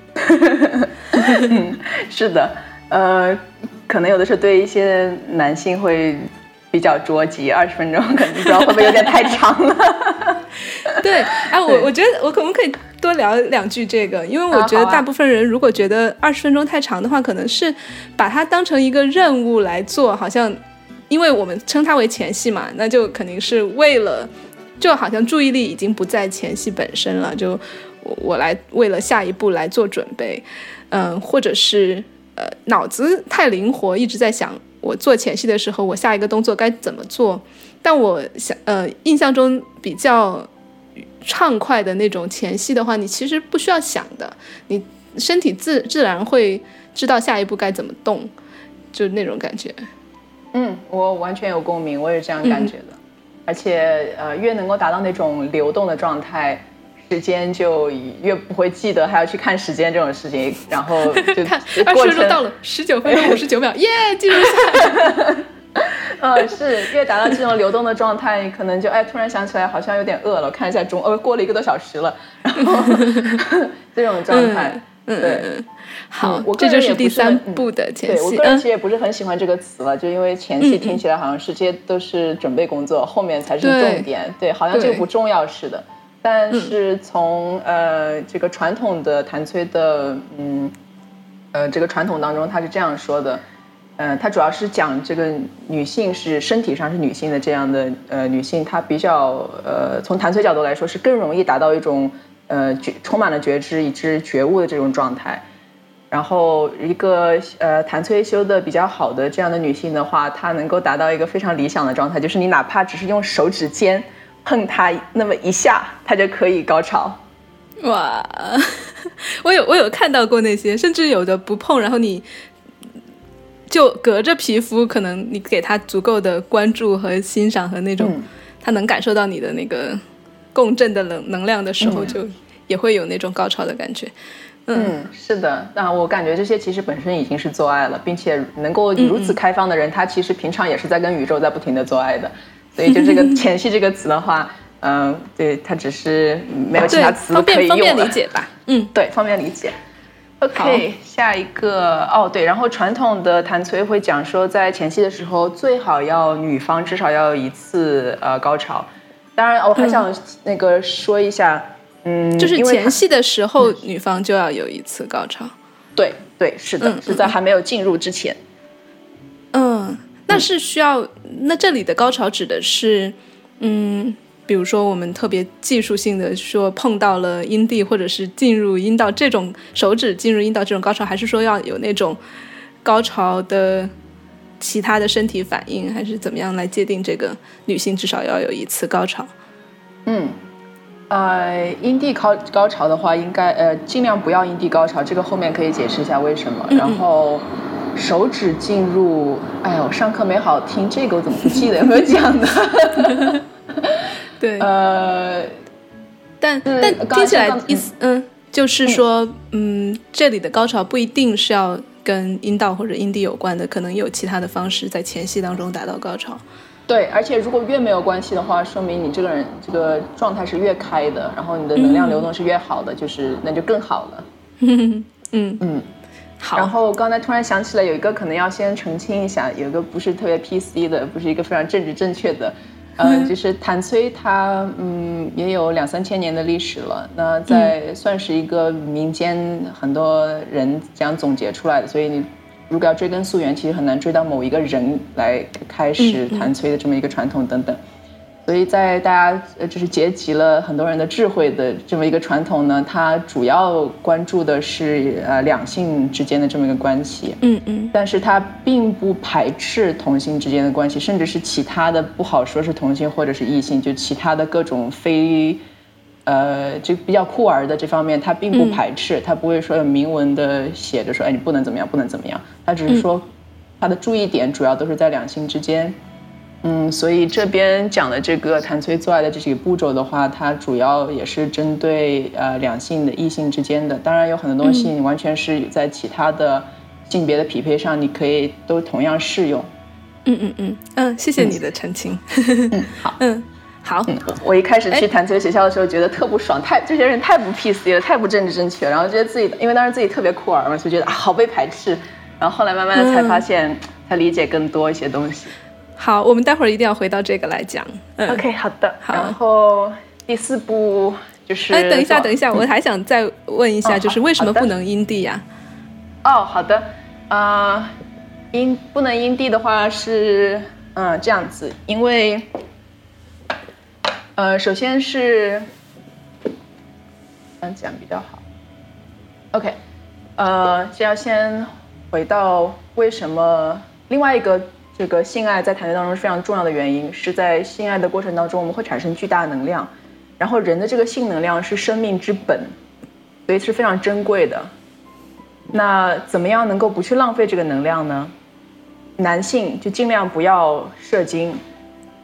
嗯，是的，呃，可能有的时候对一些男性会比较着急，二十分钟可能不知道会不会有点太长了。 对，哎、啊，我我觉得我可不可以多聊两句这个？因为我觉得大部分人如果觉得二十分钟太长的话，可能是把它当成一个任务来做，好像。因为我们称它为前戏嘛，那就肯定是为了，就好像注意力已经不在前戏本身了，就 我, 我来为了下一步来做准备，嗯、呃，或者是呃脑子太灵活，一直在想我做前戏的时候，我下一个动作该怎么做。但我想，呃，印象中比较畅快的那种前戏的话，你其实不需要想的，你身体自自然会知道下一步该怎么动，就那种感觉。 嗯，我完全有共鸣，我也是这样感觉的。嗯、而且，呃，越能够达到那种流动的状态，实时间就越不会记得还要去看时间这种事情，然后就看二十分钟到了十九分钟五十九秒，耶，记录下来。 呃，是越达到这种流动的状态，你可能就哎突然想起来好像有点饿了，看一下钟，呃，过了一个多小时了，然后这种状态， 嗯、 对。 嗯嗯好， 我这就是第三步的前戏。 对，我个人其实也不是很喜欢这个词了，就因为前戏听起来好像是这些都是准备工作，嗯、后面才是重点。对，对好像这个不重要似的。但是从、嗯、呃这个传统的弹崔的嗯呃这个传统当中，他是这样说的，呃，他主要是讲这个女性是身体上是女性的这样的呃女性，她比较呃从弹崔角度来说是更容易达到一种呃觉充满了觉知以致觉悟的这种状态。然后一个呃弹崔修的比较好的这样的女性的话，她能够达到一个非常理想的状态，就是你哪怕只是用手指尖碰她那么一下，她就可以高潮。 哇，我有我有看到过那些，甚至有的不碰，然后你就隔着皮肤，可能你给她足够的关注和欣赏和那种，嗯、她能感受到你的那个共振的能能量的时候，嗯、就也会有那种高潮的感觉。 嗯，是的，那我感觉这些其实本身已经是做爱了，并且能够如此开放的人，嗯嗯他其实平常也是在跟宇宙在不停的做爱的，所以就这个前戏这个词的话，嗯、呃，对，它只是没有其他词可以用了， 方便理解吧？嗯， 对，方便理解。OK， 下一个哦，对，然后传统的弹崔会讲说，在前戏的时候最好要女方至少要有一次呃高潮，当然我还想那个说一下。嗯嗯， 就是前戏的时候，嗯、女方就要有一次高潮。 对对，是的，嗯、是在还没有进入之前。 嗯，那是需要，嗯、那这里的高潮指的是，嗯，比如说我们特别技术性的说碰到了阴蒂，或者是进入阴道这种手指进入阴道这种高潮，还是说要有那种高潮的其他的身体反应，还是怎么样来界定这个女性至少要有一次高潮？ 嗯。呃，阴蒂高高潮的话，应该呃尽量不要阴蒂高潮，这个后面可以解释一下为什么。嗯嗯然后手指进入，哎呀，我上课没好听，这个我怎么不记得有没有讲的？ 对， 呃， 但但听起来意思，嗯，就是说，嗯，这里的高潮不一定是要跟阴道或者阴蒂有关的，可能有其他的方式在前戏当中达到高潮。 对，而且如果越没有关系的话，说明你这个人这个状态是越开的，然后你的能量流动是越好的，嗯、就是那就更好了。 嗯嗯嗯，好。 然后刚才突然想起来，有一个可能要先澄清一下，有一个不是特别 P C 的，不是一个非常政治正确的，呃，嗯、就是弹崔它嗯也有两三千年的历史了，那在算是一个民间很多人这样总结出来的，所以你。如果要追根溯源，其实很难追到某一个人来开始弹崔的这么一个传统等等，嗯嗯、所以在大家就是结集了很多人的智慧的这么一个传统呢，它主要关注的是呃两性之间的这么一个关系， 嗯嗯， 但是它并不排斥同性之间的关系，甚至是其他的不好说是同性或者是异性，就其他的各种非。呃，就比较酷儿的这方面，他并不排斥，他、嗯、不会说有明文的写着说，哎，你不能怎么样，不能怎么样。他只是说，他的注意点主要都是在两性之间。嗯，所以这边讲的这个弹崔做爱的这几个步骤的话，它主要也是针对呃两性的异性之间的。当然有很多东西，你完全是在其他的性别的匹配上，你可以都同样适用。 嗯嗯嗯嗯，谢谢你的澄清。 嗯，好， 嗯。好、 嗯，我一开始去弹崔学校的时候，觉得特不爽，太这些人太不 P C 了，太不政治正确了，然后觉得自己，因为当时自己特别酷儿嘛，就觉得啊好被排斥，然后后来慢慢的才发现，嗯、才理解更多一些东西。 好，我们待会儿一定要回到这个来讲。嗯、 OK， 好的。 好， 然后第四步就是， 哎，等一下，等一下，我还想再问一下，嗯、就是为什么不能阴蒂呀、 啊？哦，好的，啊、呃，阴不能阴蒂的话是，嗯，这样子，因为。呃，首先是这样讲比较好。OK， 呃，就要先回到为什么另外一个这个性爱在弹崔当中是非常重要的原因，是在性爱的过程当中我们会产生巨大能量，然后人的这个性能量是生命之本，所以是非常珍贵的。那怎么样能够不去浪费这个能量呢？男性就尽量不要射精。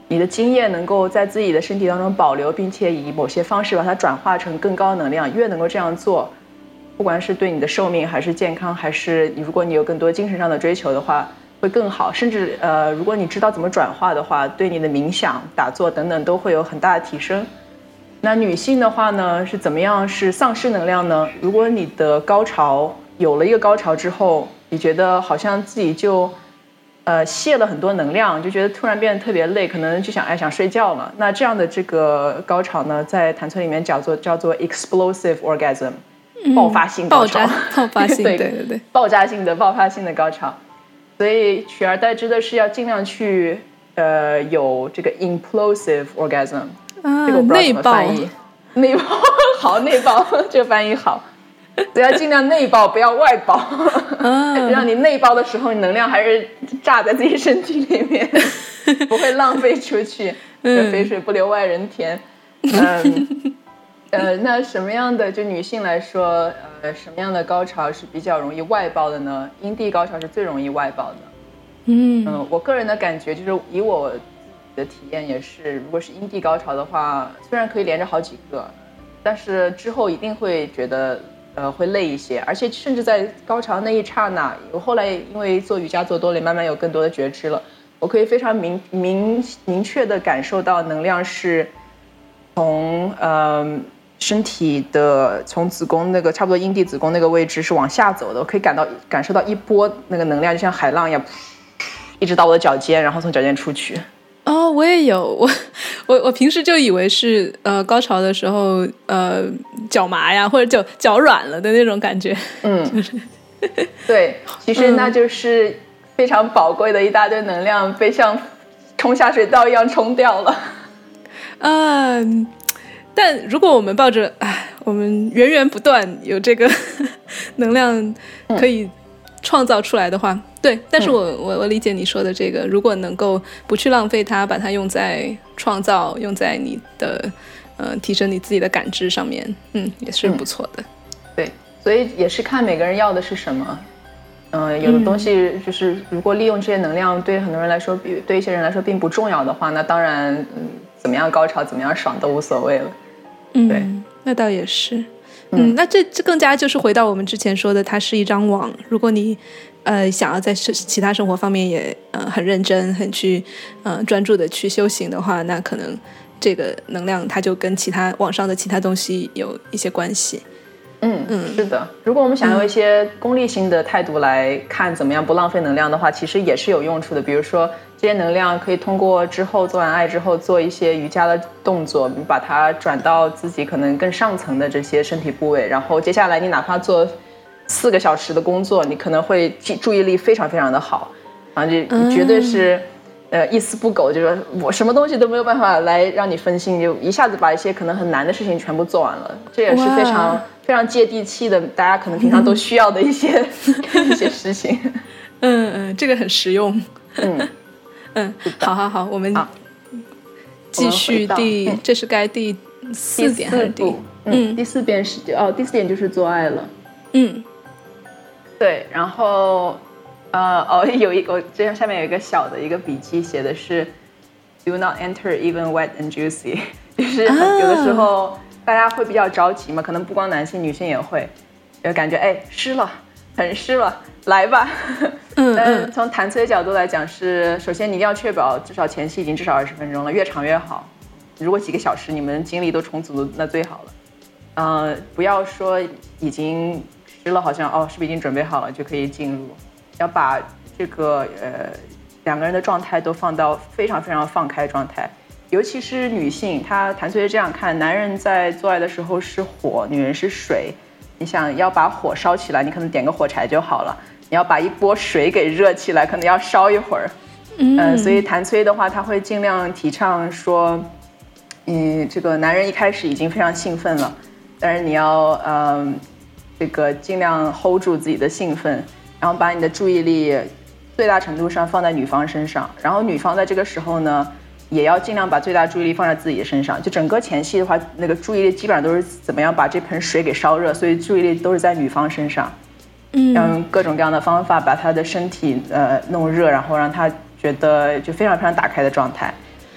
你的精液能够在自己的身体当中保留，并且以某些方式把它转化成更高能量，越能够这样做，不管是对你的寿命还是健康，还是如果你有更多精神上的追求的话会更好，甚至呃，如果你知道怎么转化的话，对你的冥想打坐等等都会有很大的提升。那女性的话呢，是怎么样是丧失能量呢？如果你的高潮有了一个高潮之后，你觉得好像自己就呃泄了很多能量，就觉得突然变得特别累，可能就想哎想睡觉了。那这样的这个高潮呢，在谭崔里面叫做叫做 explosive orgasm， 爆发性高潮， 爆炸爆发性对对对对， 爆炸性的爆发性的高潮。所以取而代之的是要尽量去呃有这个 implosive orgasm，、 啊、 这个我不知道怎么内爆翻译。内爆好，内爆这个翻译好。所以要尽量内爆，不要外爆。啊、让你内爆的时候，你能量还是炸在自己身体里面，不会浪费出去。嗯，肥水不流外人田。嗯，呃，那什么样的就女性来说，呃，什么样的高潮是比较容易外爆的呢？阴蒂高潮是最容易外爆的。嗯嗯，我个人的感觉就是以我自己的体验也是，如果是阴蒂高潮的话，虽然可以连着好几个，但是之后一定会觉得呃会累一些，而且甚至在高潮那一刹那，我后来因为做瑜伽做多了，慢慢有更多的觉知了，我可以非常明明明确的感受到能量是从呃身体的从子宫那个差不多阴蒂子宫那个位置是往下走的，我可以感到感受到一波那个能量就像海浪一样，一直到我的脚尖，然后从脚尖出去。 哦，我也有，我我我平时就以为是呃高潮的时候呃脚麻呀，或者脚脚软了的那种感觉。嗯，就是对，其实那就是非常宝贵的一大堆能量被像冲下水道一样冲掉了。 嗯，但如果我们抱着哎，我们源源不断有这个能量可以创造出来的话。对，但是我、嗯、我我理解你说的这个，如果能够不去浪费它，把它用在创造，用在你的呃提升你自己的感知上面，嗯，也是不错的。 嗯、对，所以也是看每个人要的是什么。嗯、呃，有的东西就是如果利用这些能量对很多人来说，对一些人来说并不重要的话，那当然，嗯，怎么样高潮，怎么样爽都无所谓了。 嗯， 对， 那倒也是。嗯，那这这更加就是回到我们之前说的，它是一张网。如果你呃想要在其他生活方面也呃很认真、很去呃专注的去修行的话，那可能这个能量它就跟其他网上的其他东西有一些关系。 嗯嗯，是的。如果我们想用一些功利性的态度来看怎么样不浪费能量的话，其实也是有用处的。比如说，这些能量可以通过之后做完爱之后做一些瑜伽的动作，把它转到自己可能更上层的这些身体部位，然后接下来你哪怕做四个小时的工作，你可能会注意力非常非常的好，然后就绝对是。嗯呃，一丝不苟，就是我什么东西都没有办法来让你分心，就一下子把一些可能很难的事情全部做完了，这也是非常非常接地气的，大家可能平常都需要的一些一些事情。 嗯嗯，这个很实用。 嗯嗯，好好好，我们继续第，这是该第四点还是第？ 嗯，第四点是哦，第四点就是做爱了。 嗯， 对，然后。呃哦，有一个这下面有一个小的一个笔记，写的是 "Do not enter even wet and juicy"， 就是有的时候大家会比较着急嘛，可能不光男性，女性也会，就感觉哎湿了，很湿了，来吧。嗯嗯。从弹催角度来讲是，首先你一定要确保至少前期已经至少二十分钟了，越长越好。如果几个小时你们精力都充足，那最好了。嗯、呃，不要说已经湿了，好像哦是不是已经准备好了就可以进入。要把这个呃两个人的状态都放到非常非常放开状态，尤其是女性，她谭崔是这样看，男人在做爱的时候是火，女人是水。你想要把火烧起来，你可能点个火柴就好了；你要把一波水给热起来，可能要烧一会儿。嗯、呃，所以谭崔的话，他会尽量提倡说，嗯，这个男人一开始已经非常兴奋了，但是你要嗯、呃、这个尽量 hold 住自己的兴奋。然后把你的注意力最大程度上放在女方身上，然后女方在这个时候呢，也要尽量把最大注意力放在自己的身上。就整个前戏的话，那个注意力基本上都是怎么样把这盆水给烧热，所以注意力都是在女方身上。嗯，用各种各样的方法把她的身体呃弄热，然后让她觉得就非常非常打开的状态。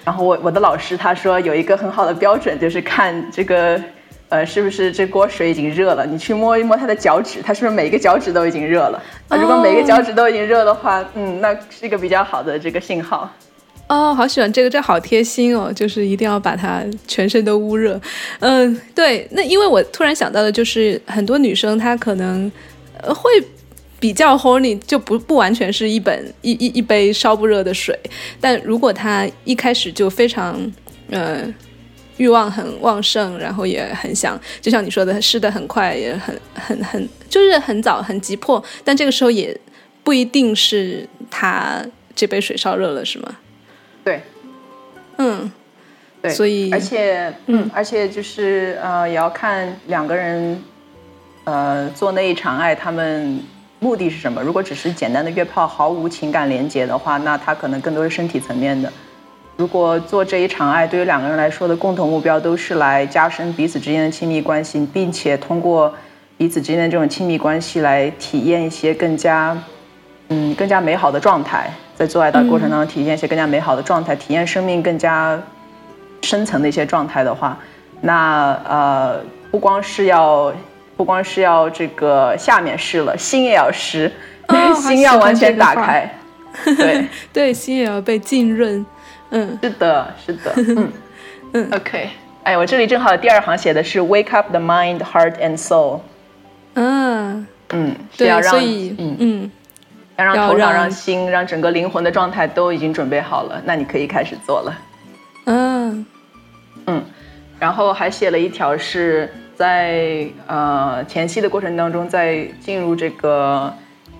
然后我我的老师他说有一个很好的标准，就是看这个呃是不是这锅水已经热了，你去摸一摸他的脚趾，他是不是每个脚趾都已经热了？啊，如果每个脚趾都已经热的话，嗯，那是一个比较好的这个信号。 哦，好喜欢这个，这好贴心哦，就是一定要把它全身都捂热。嗯，对，那因为我突然想到的就是很多女生她可能呃会比较 horny， 就不不完全是一本一一一杯烧不热的水，但如果她一开始就非常呃欲望很旺盛，然后也很想，就像你说的，湿得很快，也很很很就是很早很急迫，但这个时候也不一定是她这杯水烧热了，是吗？ 对， 嗯， 对， 所以而且嗯，而且就是呃，也要看两个人呃做那一场爱，他们目的是什么。如果只是简单的约炮，毫无情感连接的话，那他可能更多是身体层面的。如果做这一场爱，对于两个人来说的共同目标都是来加深彼此之间的亲密关系，并且通过彼此之间的这种亲密关系来体验一些更加嗯更加美好的状态。在做爱的过程当中体验一些更加美好的状态，体验生命更加深层的一些状态的话，那呃不光是要不光是要这个下面湿了，心也要湿，哦、心要完全打开，对对，心也要被浸润。嗯， 是的，是的，嗯嗯 ，OK， 哎，我这里正好第二行写的是 Wake up the mind, heart and soul。 嗯嗯， 对， 要让所以嗯嗯。 要让头脑、让心、让整个灵魂的状态都已经准备好了，那你可以开始做了。 嗯嗯，然后还写了一条是在呃前期的过程当中，在进入这个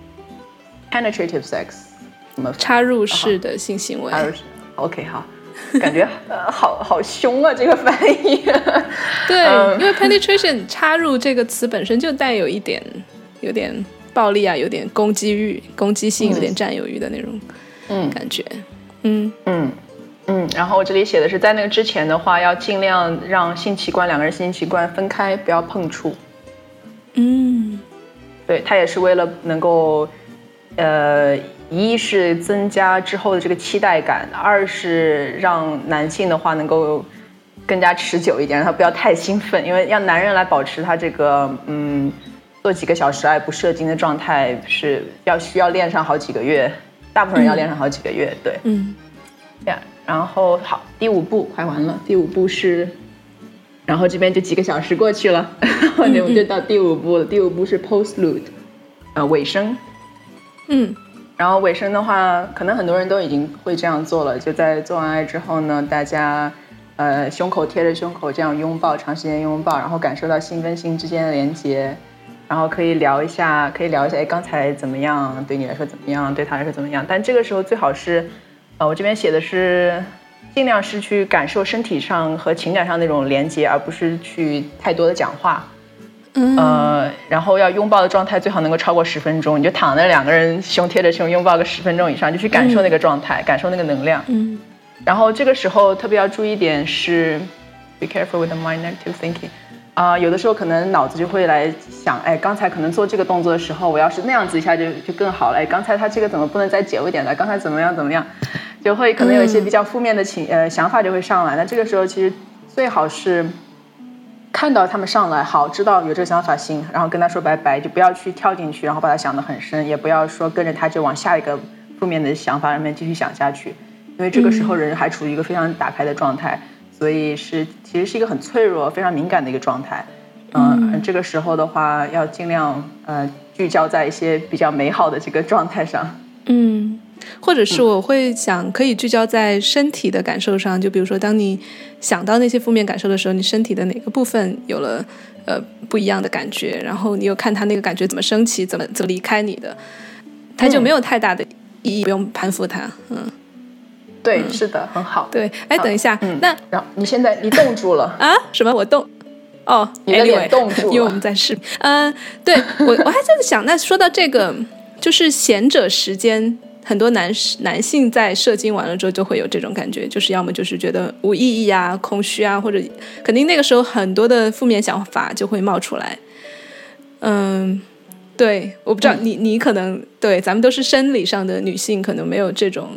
penetrative sex， 什么插入式的性行为。 插入式 OK 好，感觉呃好好凶啊这个翻译。 对、 嗯， 因为 penetration 插入这个词本身就带有一点有点暴力啊，有点攻击欲、攻击性，有点占有欲的那种感觉。嗯嗯嗯。然后我这里写的是，在那个之前的话，要尽量让性器官两个人性器官分开，不要碰触。 嗯， 对，它也是为了能够，呃，一是增加之后的这个期待感，二是让男性的话能够更加持久一点，让他不要太兴奋，因为让男人来保持他这个嗯。做几个小时爱不射精的状态是要需要练上好几个月，大部分人要练上好几个月，嗯、对， 嗯， 呀，然后好，第五步快完了，第五步是，然后这边就几个小时过去了，我们就到第五步了，第五步是 postlude， 呃，尾声， 嗯， 然后尾声的话，可能很多人都已经会这样做了，就在做完爱之后呢，大家呃胸口贴着胸口这样拥抱，长时间拥抱，然后感受到心跟心之间的连接。然后可以聊一下，可以聊一下，哎，刚才怎么样？对你来说怎么样？对他来说怎么样？但这个时候最好是，呃，我这边写的是，尽量是去感受身体上和情感上那种连接，而不是去太多的讲话。 嗯。 呃，然后要拥抱的状态最好能够超过十分钟，你就躺着两个人胸贴着胸拥抱个十分钟以上，就去感受那个状态，嗯、感受那个能量。 嗯。 然后这个时候特别要注意一点是 ，be careful with the mind negative thinking。啊、呃，有的时候可能脑子就会来想，哎，刚才可能做这个动作的时候，我要是那样子一下就就更好了。哎，刚才他这个怎么不能再解一点呢？刚才怎么样怎么样，就会可能有一些比较负面的情、嗯、呃想法就会上来。那这个时候其实最好是看到他们上来，好，知道有这个想法行，然后跟他说拜拜，就不要去跳进去，然后把他想得很深，也不要说跟着他就往下一个负面的想法上面继续想下去，因为这个时候人还处于一个非常打开的状态。嗯，所以是其实是一个很脆弱、非常敏感的一个状态，嗯、呃，这个时候的话要尽量呃聚焦在一些比较美好的这个状态上， 嗯，或者是我会想可以聚焦在身体的感受上，就比如说当你想到那些负面感受的时候，你身体的哪个部分有了呃不一样的感觉，然后你又看他那个感觉怎么升起，怎么怎么离开你的，它就没有太大的意义，不用攀附它，嗯。 对、嗯，是的，很好。 对，哎，等一下， 嗯、 那然后你现在你冻住了啊？什么？我冻？哦， 你的脸冻住了， 因为我们在视频。嗯、呃，对我我还在想，那说到这个，就是闲者时间，很多男男性在射精完了之后就会有这种感觉，就是要么就是觉得无意义啊、空虚啊，或者肯定那个时候很多的负面想法就会冒出来。嗯。对，我不知道、嗯、你你可能对咱们都是生理上的女性，可能没有这种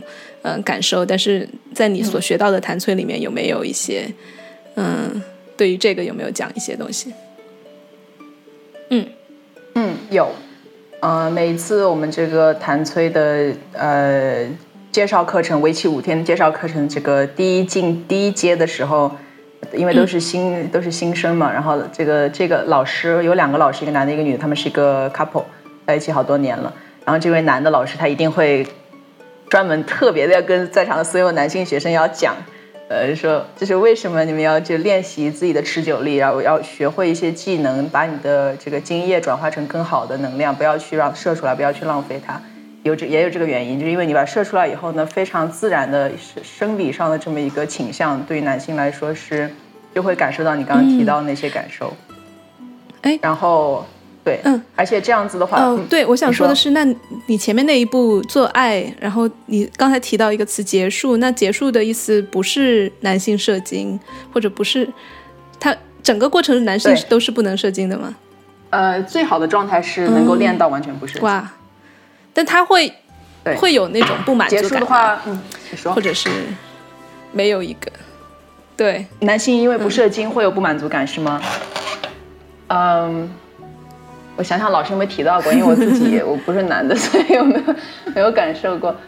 呃感受，但是在你所学到的弹催里面有没有一些嗯对于这个有没有讲一些东西？嗯嗯有，呃每一次我们这个弹催的呃介绍课程，为期五天的介绍课程，这个第一进第一阶的时候，因为都是新、嗯、都是新生嘛，然后这个这个老师有两个老师，一个男的一个女的，他们是一个 couple， 在一起好多年了。然后这位男的老师他一定会专门特别的跟在场的所有男性学生要讲，呃说这是为什么你们要就练习自己的持久力，然后要学会一些技能，把你的这个精液转化成更好的能量，不要去让射出来，不要去浪费它。有这也有这个原因，就是因为你把它射出来以后呢，非常自然的生理上的这么一个倾向，对于男性来说是就会感受到你刚刚提到的那些感受。 哎、嗯， 然后对，嗯，而且这样子的话， 哦，对，我想说的是，那你前面那一步做爱，然后你刚才提到一个词结束，那结束的意思不是男性射精，或者不是他整个过程男性都是不能射精的吗？ 呃，最好的状态是能够练到完全不射精。嗯、 哇！但他会会有那种不满足感结束的话，嗯，你说， 或者是没有一个对男性因为不射精会有不满足感、嗯、是吗？嗯，我想想老师有没有提到过，因为我自己我不是男的，所以我没有没有感受过。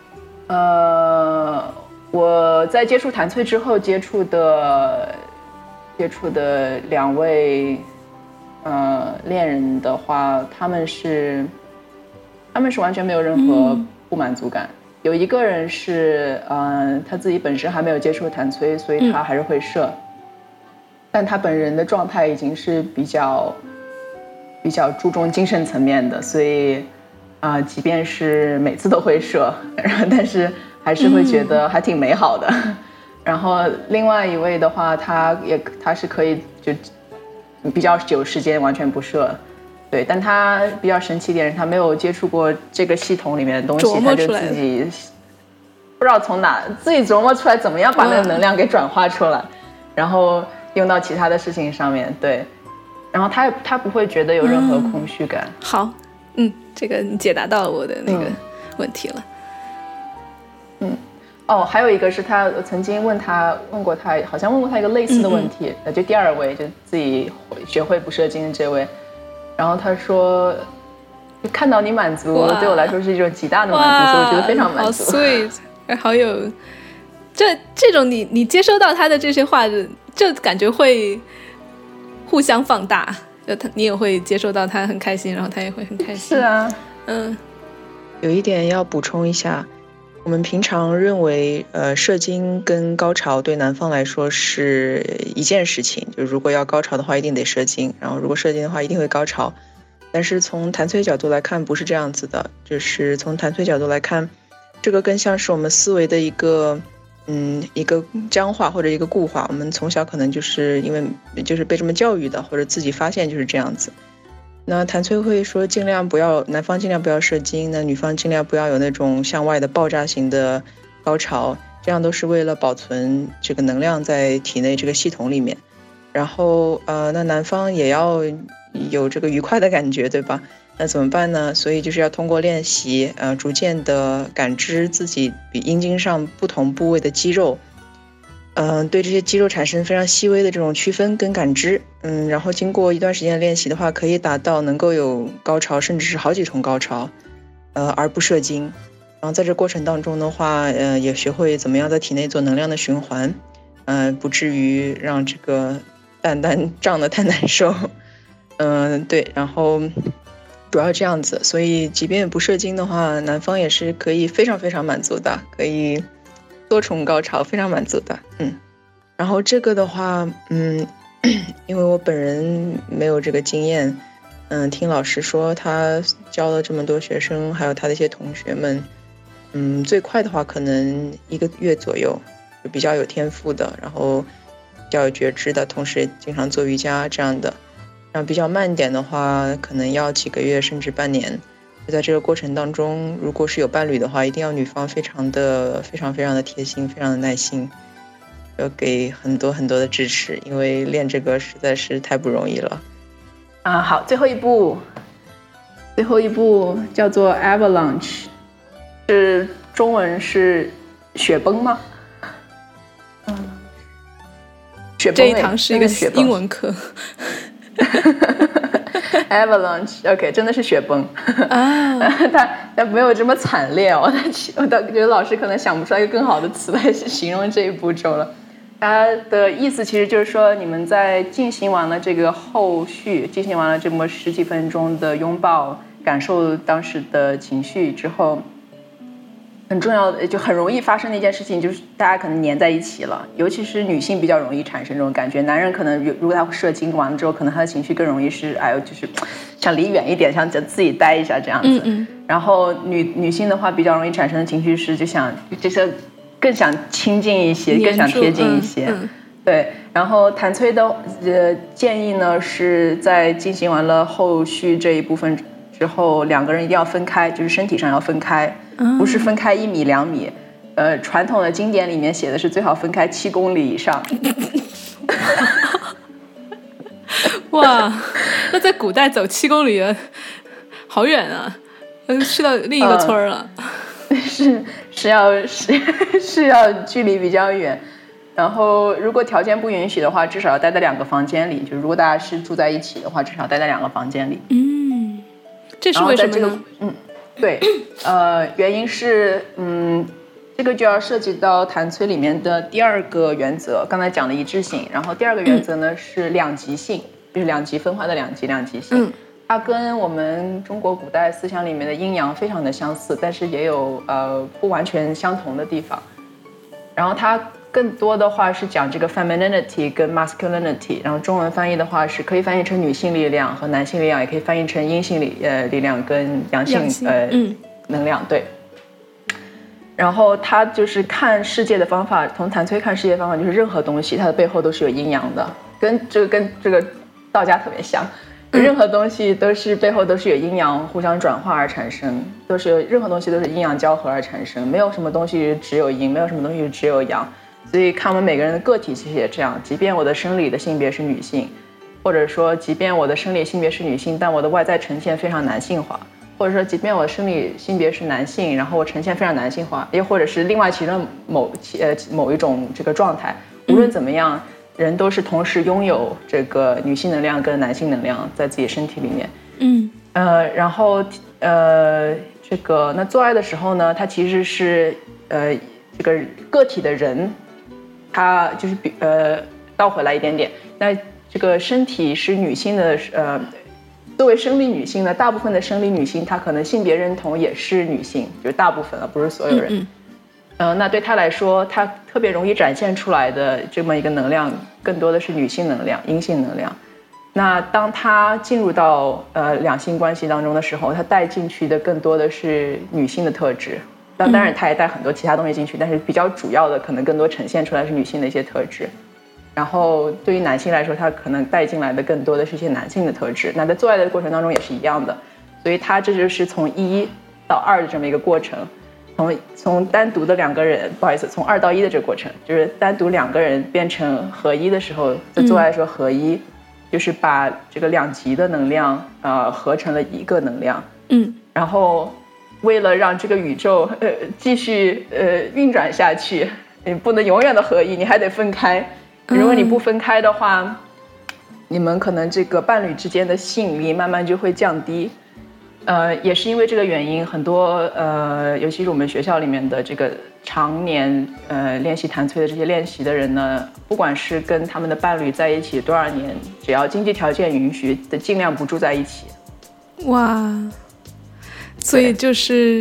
呃，我在接触弹催之后接触的接触的两位呃恋人的话，他们是。他们是完全没有任何不满足感、嗯、有一个人是呃，他自己本身还没有接触弹催，所以他还是会射、嗯、但他本人的状态已经是比较比较注重精神层面的，所以啊、呃，即便是每次都会射，但是还是会觉得还挺美好的、嗯、然后另外一位的话，他也他是可以就比较久时间完全不射，对，但他比较神奇一点，他没有接触过这个系统里面的东西，他就自己不知道从哪自己琢磨出来怎么样把那个能量给转化出来，然后用到其他的事情上面，对，然后他他不会觉得有任何空虚感、嗯、 好，嗯，这个你解答到了我的那个问题了。 嗯，哦，还有一个是他我曾经问他问过他好像问过他一个类似的问题，嗯嗯就第二位就自己学会不射精的这位，然后他说看到你满足对我来说是一种极大的满足，所以我觉得非常满足。 好 sweet， 好有这这种你你接收到他的这些话的，就感觉会互相放大，就他你也会接受到他很开心，然后他也会很开心。 是啊， 嗯， 有一点要补充一下，我们平常认为呃射精跟高潮对男方来说是一件事情，就如果要高潮的话一定得射精，然后如果射精的话一定会高潮，但是从弹催角度来看不是这样子的，就是从弹催角度来看，这个更像是我们思维的一个嗯一个僵化或者一个固化，我们从小可能就是因为就是被这么教育的，或者自己发现就是这样子。那弹催会说尽量不要男方尽量不要射精，那女方尽量不要有那种向外的爆炸型的高潮，这样都是为了保存这个能量在体内这个系统里面。然后呃，那男方也要有这个愉快的感觉，对吧？那怎么办呢？所以就是要通过练习呃，逐渐的感知自己比阴茎上不同部位的肌肉，嗯、呃，对这些肌肉产生非常细微的这种区分跟感知，嗯，然后经过一段时间的练习的话，可以达到能够有高潮，甚至是好几重高潮，呃，而不射精。然后在这过程当中的话，呃，也学会怎么样在体内做能量的循环，呃，不至于让这个蛋蛋胀得太难受。嗯、呃，对，然后主要这样子，所以即便不射精的话，男方也是可以非常非常满足的，可以多重高潮，非常满足的，嗯。然后这个的话，嗯，因为我本人没有这个经验，嗯，听老师说他教了这么多学生，还有他的一些同学们，嗯，最快的话可能一个月左右，就比较有天赋的，然后比较有觉知的，同时也经常做瑜伽这样的。然后比较慢一点的话，可能要几个月甚至半年。就在这个过程当中，如果是有伴侣的话，一定要女方非常的非常非常的贴心，非常的耐心，要给很多很多的支持，因为练这个实在是太不容易了。 啊，好，最后一步，最后一步叫做 avalanche， 是中文是雪崩吗？嗯，雪崩、 这一堂是一个英文课。 Avalanche，OK， 真的是雪崩啊！ 他他没有这么惨烈哦，我倒觉得老师可能想不出来一个更好的词来形容这一步骤了。他的意思其实就是说，你们在进行完了这个后续，进行完了这么十几分钟的拥抱，感受当时的情绪之后，很重要的就很容易发生的一件事情就是大家可能黏在一起了，尤其是女性比较容易产生这种感觉，男人可能如果他射精完了之后，可能他的情绪更容易是哎呦就是想离远一点，想自己待一下这样子。嗯嗯。然后女女性的话比较容易产生的情绪是就想就是更想亲近一些，更想贴近一些。嗯嗯、对。然后谭崔的呃建议呢是在进行完了后续这一部分之后，两个人一定要分开，就是身体上要分开。不是分开一米两米，呃，传统的经典里面写的是最好分开七公里以上。 哇，那在古代走七公里好远啊，去到另一个村了。 嗯、是是要是是要距离比较远，然后如果条件不允许的话，至少要待在两个房间里。就如果大家是住在一起的话，至少待在两个房间里。 嗯，这是为什么呢？ 这个嗯。对，呃，原因是，嗯，这个就要涉及到谭崔里面的第二个原则，刚才讲的一致性，然后第二个原则呢、嗯、是两极性，就是两极分化的两极两极性、嗯，它跟我们中国古代思想里面的阴阳非常的相似，但是也有呃不完全相同的地方，然后它更多的话是讲这个 femininity 跟 masculinity， 然后中文翻译的话是可以翻译成女性力量和男性力量，也可以翻译成阴性力呃力量跟阳性, 性呃、嗯、能量。对。然后他就是看世界的方法，从谭崔看世界的方法就是任何东西它的背后都是有阴阳的，跟这个跟这个道家特别像，任何东西都是背后都是有阴阳互相转化而产生，都是有任何东西都是阴阳交合而产生，没有什么东西只有阴，没有什么东西只有阳。所以看我们每个人的个体其实也这样，即便我的生理的性别是女性，或者说即便我的生理性别是女性，但我的外在呈现非常男性化，或者说即便我的生理性别是男性，然后我呈现非常男性化，又或者是另外其中某呃某一种这个状态，无论怎么样，人都是同时拥有这个女性能量跟男性能量在自己身体里面。嗯，呃，然后呃这个那做爱的时候呢，它其实是呃这个个体的人。它就是比呃倒回来一点点，那这个身体是女性的，呃，作为生理女性呢，大部分的生理女性她可能性别认同也是女性，就是大部分了，不是所有人。嗯，呃，那对她来说，她特别容易展现出来的这么一个能量，更多的是女性能量、阴性能量。那当她进入到呃两性关系当中的时候，她带进去的更多的是女性的特质。当然它也带很多其他东西进去，但是比较主要的可能更多呈现出来是女性的一些特质，然后对于男性来说，他可能带进来的更多的是一些男性的特质。那在做爱的过程当中也是一样的，所以它这就是从一到二的这么一个过程，从从单独的两个人，不好意思，从二到一的这个过程，就是单独两个人变成合一的时候，在做爱的时候合一，嗯、就是把这个两极的能量呃合成了一个能量，嗯，然后。为了让这个宇宙呃继续呃运转下去，你不能永远的合一，你还得分开。如果你不分开的话，嗯、你们可能这个伴侣之间的吸引力慢慢就会降低。呃，也是因为这个原因，很多呃，尤其是我们学校里面的这个常年呃练习谭崔的这些练习的人呢，不管是跟他们的伴侣在一起多少年，只要经济条件允许的，尽量不住在一起。 哇。所以就是，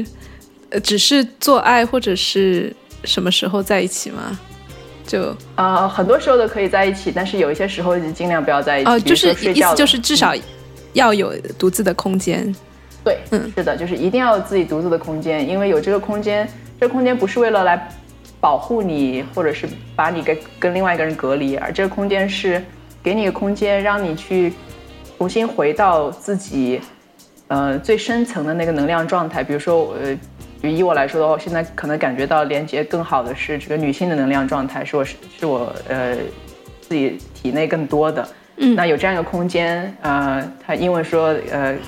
呃，只是做爱或者是什么时候在一起吗？就啊、呃，很多时候都可以在一起，但是有一些时候就尽量不要在一起。哦、呃， 就是意思就是至少要有独自的空间。嗯、 对，嗯，是的，就是一定要有自己独自的空间，因为有这个空间，这个空间不是为了来保护你，或者是把你跟跟另外一个人隔离，而这个空间是给你一个空间，让你去重新回到自己。呃，最深层的那个能量状态，比如说，呃，以我来说的话，现在可能感觉到连接更好的是这个女性的能量状态，是我是是我呃自己体内更多的。嗯，那有这样一个空间，呃，它英文说呃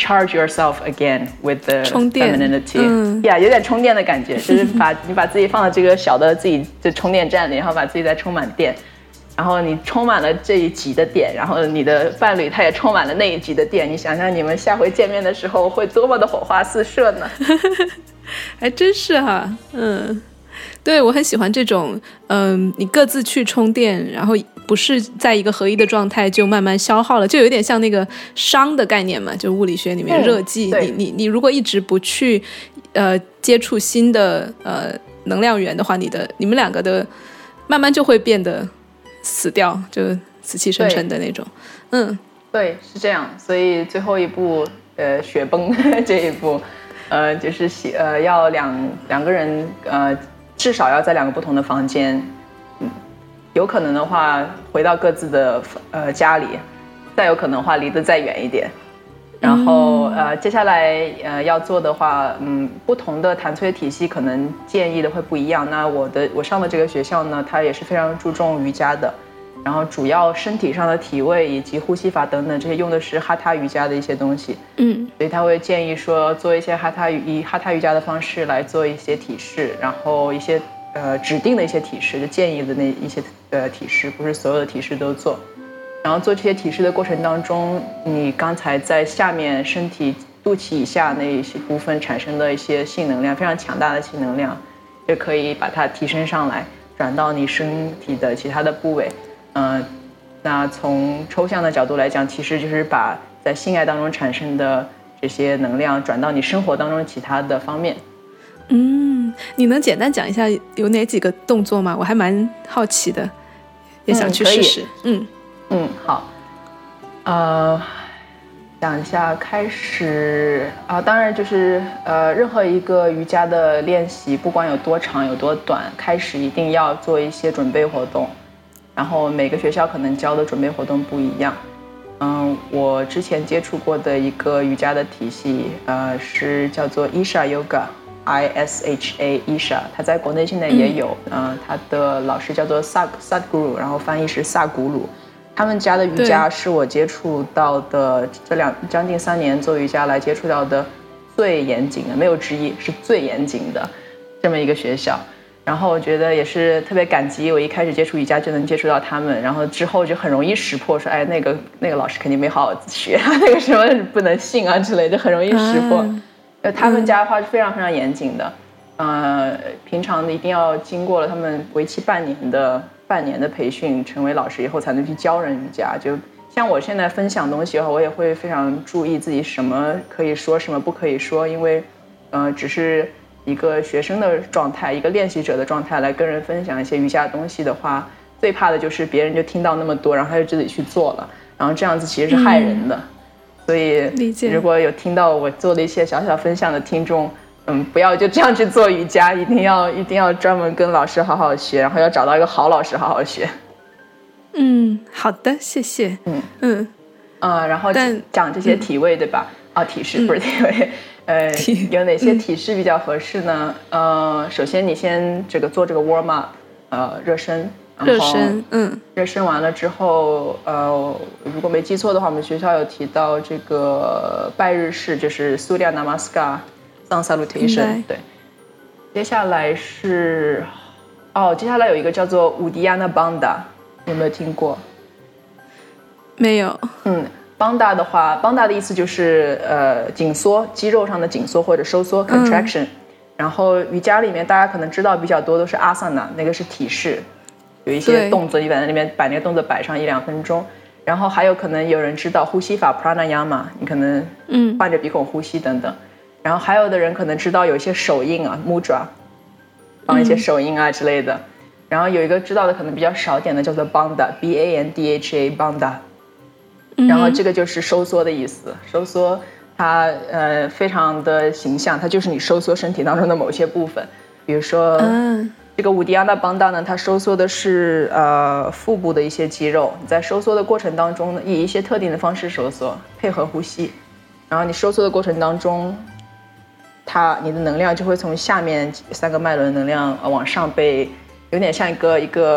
recharge yourself again with the 充电 femininity， 嗯 yeah， 有点充电的感觉，就是把你把自己放到这个小的自己的充电站里，然后把自己再充满电，然后你充满了这一级的电，然后你的伴侣他也充满了那一级的电，你想想你们下回见面的时候会多么的火花四射呢？ 还真是哈，嗯，对，我很喜欢这种，嗯，你各自去充电，然后不是在一个合一的状态就慢慢消耗了，就有点像那个熵的概念嘛，就物理学里面热寂， 嗯、 你你你如果一直不去，呃，接触新的呃能量源的话，你的你们两个的慢慢就会变得死掉，就死气沉沉的那种，嗯， 对，是这样，所以最后一步，呃，雪崩这一步。呃，就是呃，要两两个人，呃，至少要在两个不同的房间，嗯，有可能的话回到各自的呃家里，再有可能的话离得再远一点。然后、嗯、呃，接下来呃要做的话，嗯，不同的弹催体系可能建议的会不一样。那我的我上的这个学校呢，它也是非常注重瑜伽的。然后主要身体上的体位以及呼吸法等等，这些用的是哈他瑜伽的一些东西， 嗯， 所以他会建议说做一些哈他以哈他瑜伽的方式来做一些体式，然后一些呃指定的一些体式，就建议的那一些呃体式，不是所有的体式都做。然后做这些体式的过程当中，你刚才在下面身体肚脐以下那一些部分产生的一些性能量，非常强大的性能量，就可以把它提升上来，转到你身体的其他的部位。嗯、呃，那从抽象的角度来讲，其实就是把在性爱当中产生的这些能量转到你生活当中其他的方面。 嗯，你能简单讲一下有哪几个动作吗？我还蛮好奇的，也想去试试。嗯嗯，好，呃，讲一下开始啊，当然就是呃，任何一个瑜伽的练习，不管有多长有多短，开始一定要做一些准备活动。然后每个学校可能教的准备活动不一样，嗯，我之前接触过的一个瑜伽的体系，呃，是叫做 Isha Yoga，I S H A Isha， 它在国内现在也有，嗯、呃，它的老师叫做萨萨古鲁，然后翻译是萨古鲁，他们家的瑜伽是我接触到的这两将近三年做瑜伽来接触到的最严谨的，没有之一，是最严谨的这么一个学校。然后我觉得也是特别感激，我一开始接触瑜伽就能接触到他们，然后之后就很容易识破说，哎，那个那个老师肯定没好好学，那个什么不能信啊之类的，很容易识破。嗯、他们家的话是非常非常严谨的，呃，平常一定要经过了他们为期半年的半年的培训，成为老师以后才能去教人瑜伽。就像我现在分享东西的话，我也会非常注意自己什么可以说，什么不可以说，因为，呃，只是。一个学生的状态，一个练习者的状态来跟人分享一些瑜伽的东西的话，最怕的就是别人就听到那么多，然后他就自己去做了，然后这样子其实是害人的。嗯、所以如果有听到我做的一些小小分享的听众，嗯，不要就这样去做瑜伽，一定要一定要专门跟老师好好学，然后要找到一个好老师好好学。 嗯，好的，谢谢。嗯嗯呃，然后讲这些体位、嗯、对吧？啊，体式不是体位。呃，有哪些体式比较合适呢？嗯、呃，首先你先这个做这个 warm up， 呃，热身。 热身，嗯。 热身完了之后，呃，如果没记错的话，我们学校有提到这个拜日式，就是 Surya Namaskar、Sun Salutation。对。接下来是，哦，接下来有一个叫做 Uddiyana Bandha， 有没有听过？ 没有。 嗯。邦达的话，邦达的意思就是呃紧缩，肌肉上的紧缩或者收缩 contraction、嗯。然后瑜伽里面大家可能知道比较多都是阿萨那，那个是体式，有一些动作你摆在那边把那个动作摆上一两分钟。然后还有可能有人知道呼吸法 pranayama， 你可能嗯换着鼻孔呼吸等等。然后还有的人可能知道有一些手印啊 mudra， 放一些手印啊之类的。嗯、然后有一个知道的可能比较少点的叫做 bandha B A N D H A bandha。然后这个就是收缩的意思，收缩它呃非常的形象，它就是你收缩身体当中的某些部分，比如说、嗯、这个Uddiyana Bandha呢，它收缩的是呃腹部的一些肌肉，你在收缩的过程当中呢，以一些特定的方式收缩，配合呼吸，然后你收缩的过程当中，它你的能量就会从下面三个脉轮能量往上被，有点像一个一个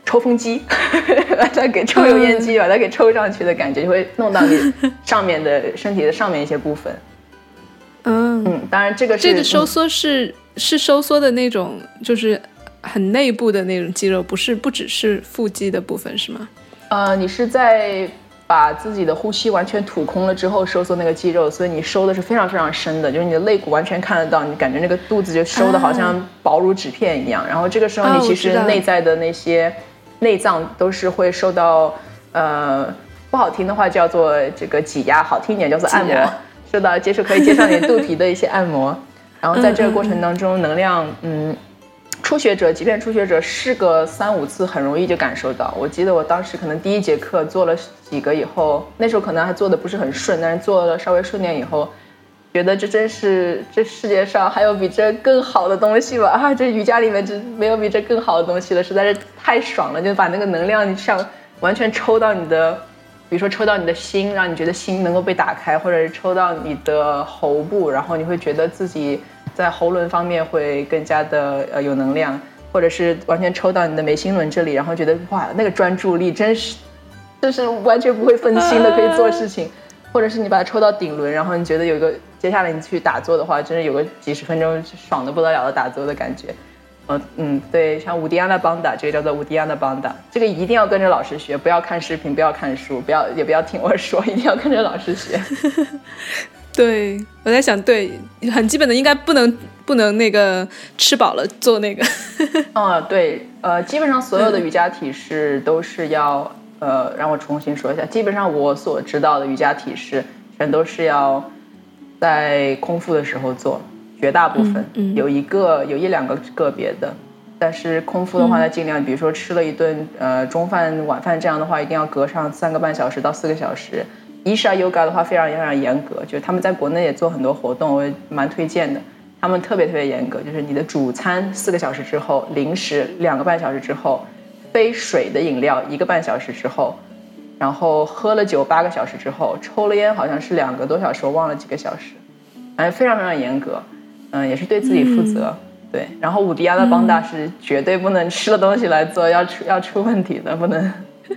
抽风机，把它给抽油烟机，把它给抽上去的感觉，就会弄到你上面的身体的上面一些部分。 嗯嗯，当然这个是这个收缩是、嗯、是收缩的那种，就是很内部的那种肌肉，不是不只是腹肌的部分，是吗？ 呃，你是在把自己的呼吸完全吐空了之后收缩那个肌肉，所以你收的是非常非常深的，就是你的肋骨完全看得到，你感觉那个肚子就收的好像薄如纸片一样。啊、然后这个时候你其实内在的那些内脏都是会受到，呃，不好听的话叫做这个挤压，好听一点叫做按摩，受到接触可以接上你肚皮的一些按摩。然后在这个过程当中，能量，嗯。初学者，即便初学者试个三五次，很容易就感受到。我记得我当时可能第一节课做了几个以后，那时候可能还做的不是很顺，但是做了稍微顺点以后，觉得这真是这世界上还有比这更好的东西吧？啊，这瑜伽里面这没有比这更好的东西了，实在是太爽了！就把那个能量上完全抽到你的，比如说抽到你的心，让你觉得心能够被打开，或者是抽到你的喉部，然后你会觉得自己在喉轮方面会更加的呃有能量，或者是完全抽到你的眉心轮这里，然后觉得哇，那个专注力真是，就是完全不会分心的可以做事情，或者是你把它抽到顶轮，然后你觉得有个接下来你去打坐的话，真是有个几十分钟爽的不得了的打坐的感觉。呃嗯，对，像乌迪安娜邦达，这个叫做乌迪安娜邦达，这个一定要跟着老师学，不要看视频，不要看书，不要也不要听我说，一定要跟着老师学。 对，我在想，对，很基本的，应该不能不能那个吃饱了做那个。 嗯，对，呃，基本上所有的瑜伽体式都是要，呃，让我重新说一下，基本上我所知道的瑜伽体式全都是要在空腹的时候做，绝大部分、嗯嗯、有一个有一两个个别的，但是空腹的话呢，尽量比如说吃了一顿呃中饭晚饭这样的话，一定要隔上三个半小时到四个小时。Isha Yoga 的话非常非常严格，就是他们在国内也做很多活动，我也蛮推荐的。他们特别特别严格，就是你的主餐四个小时之后，零食两个半小时之后，非水的饮料一个半小时之后，然后喝了酒八个小时之后，抽了烟好像是两个多小时，我忘了几个小时，反正非常非常严格，嗯、呃，也是对自己负责。嗯、对，然后伍迪亚的邦达是绝对不能吃了东西来做，要出要出问题的，不能。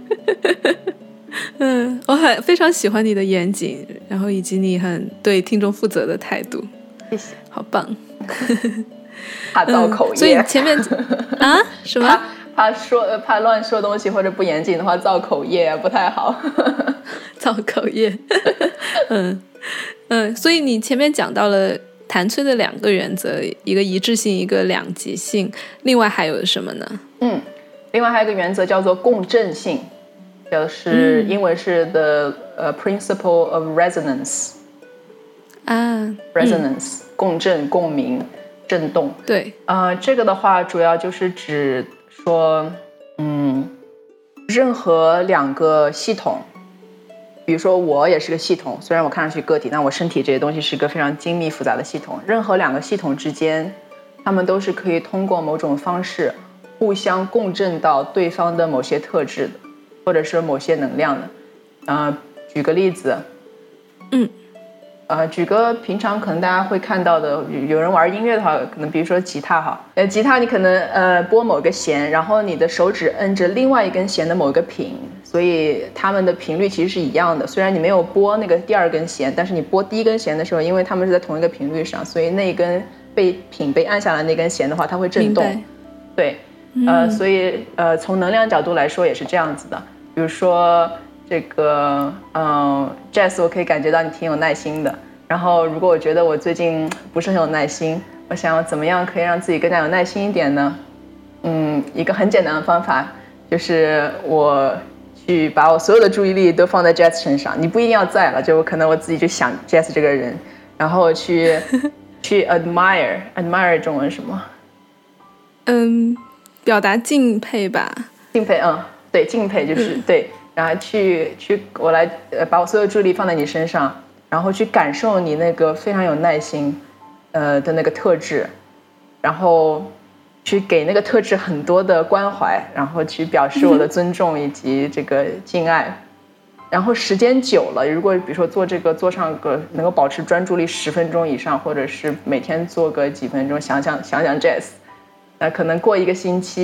嗯，我很非常喜欢你的严谨，然后以及你很对听众负责的态度， 谢谢， 好棒。 怕造口业、嗯， 所以前面啊什么？ 怕怕说怕乱说东西或者不严谨的话造口业不太好。 造口业。嗯嗯，所以你前面讲到了谭崔的两个原则，一个一致性，一个两极性，另外还有什么呢？嗯， 另外还有一个原则叫做共振性。就是英文是 the、uh, principle of resonance 啊 resonance、嗯、共振共鸣振动。 对， 呃，这个的话主要就是指说嗯，任何两个系统，比如说我也是个系统，虽然我看上去个体，但我身体这些东西是一个非常精密复杂的系统，任何两个系统之间他们都是可以通过某种方式互相共振到对方的某些特质的，或者是某些能量的。呃，举个例子， 嗯， 呃，举个平常可能大家会看到的，有人玩音乐的话，可能比如说吉他哈，呃，吉他你可能呃拨某个弦，然后你的手指摁着另外一根弦的某个品，所以它们的频率其实是一样的。虽然你没有拨那个第二根弦，但是你拨第一根弦的时候，因为它们是在同一个频率上，所以那一根被品被按下来那根弦的话，它会震动。对，呃，所以呃，从能量角度来说也是这样子的。比如说这个嗯 Jess 我可以感觉到你挺有耐心的，然后如果我觉得我最近不是很有耐心，我想怎么样可以让自己更加有耐心一点呢？嗯，一个很简单的方法就是我去把我所有的注意力都放在 Jess 身上，你不一定要在了，就可能我自己就想 Jess 这个人，然后去去 admire admire 中文什么？ 嗯，表达敬佩吧。 敬佩，嗯。对，敬佩就是、嗯、对，然后去去我来呃把我所有注意力放在你身上，然后去感受你那个非常有耐心呃的那个特质，然后去给那个特质很多的关怀，然后去表示我的尊重以及这个敬爱。嗯、然后时间久了，如果比如说做这个做上个能够保持专注力十分钟以上，或者是每天做个几分钟，想想想想 Jess， 那可能过一个星期。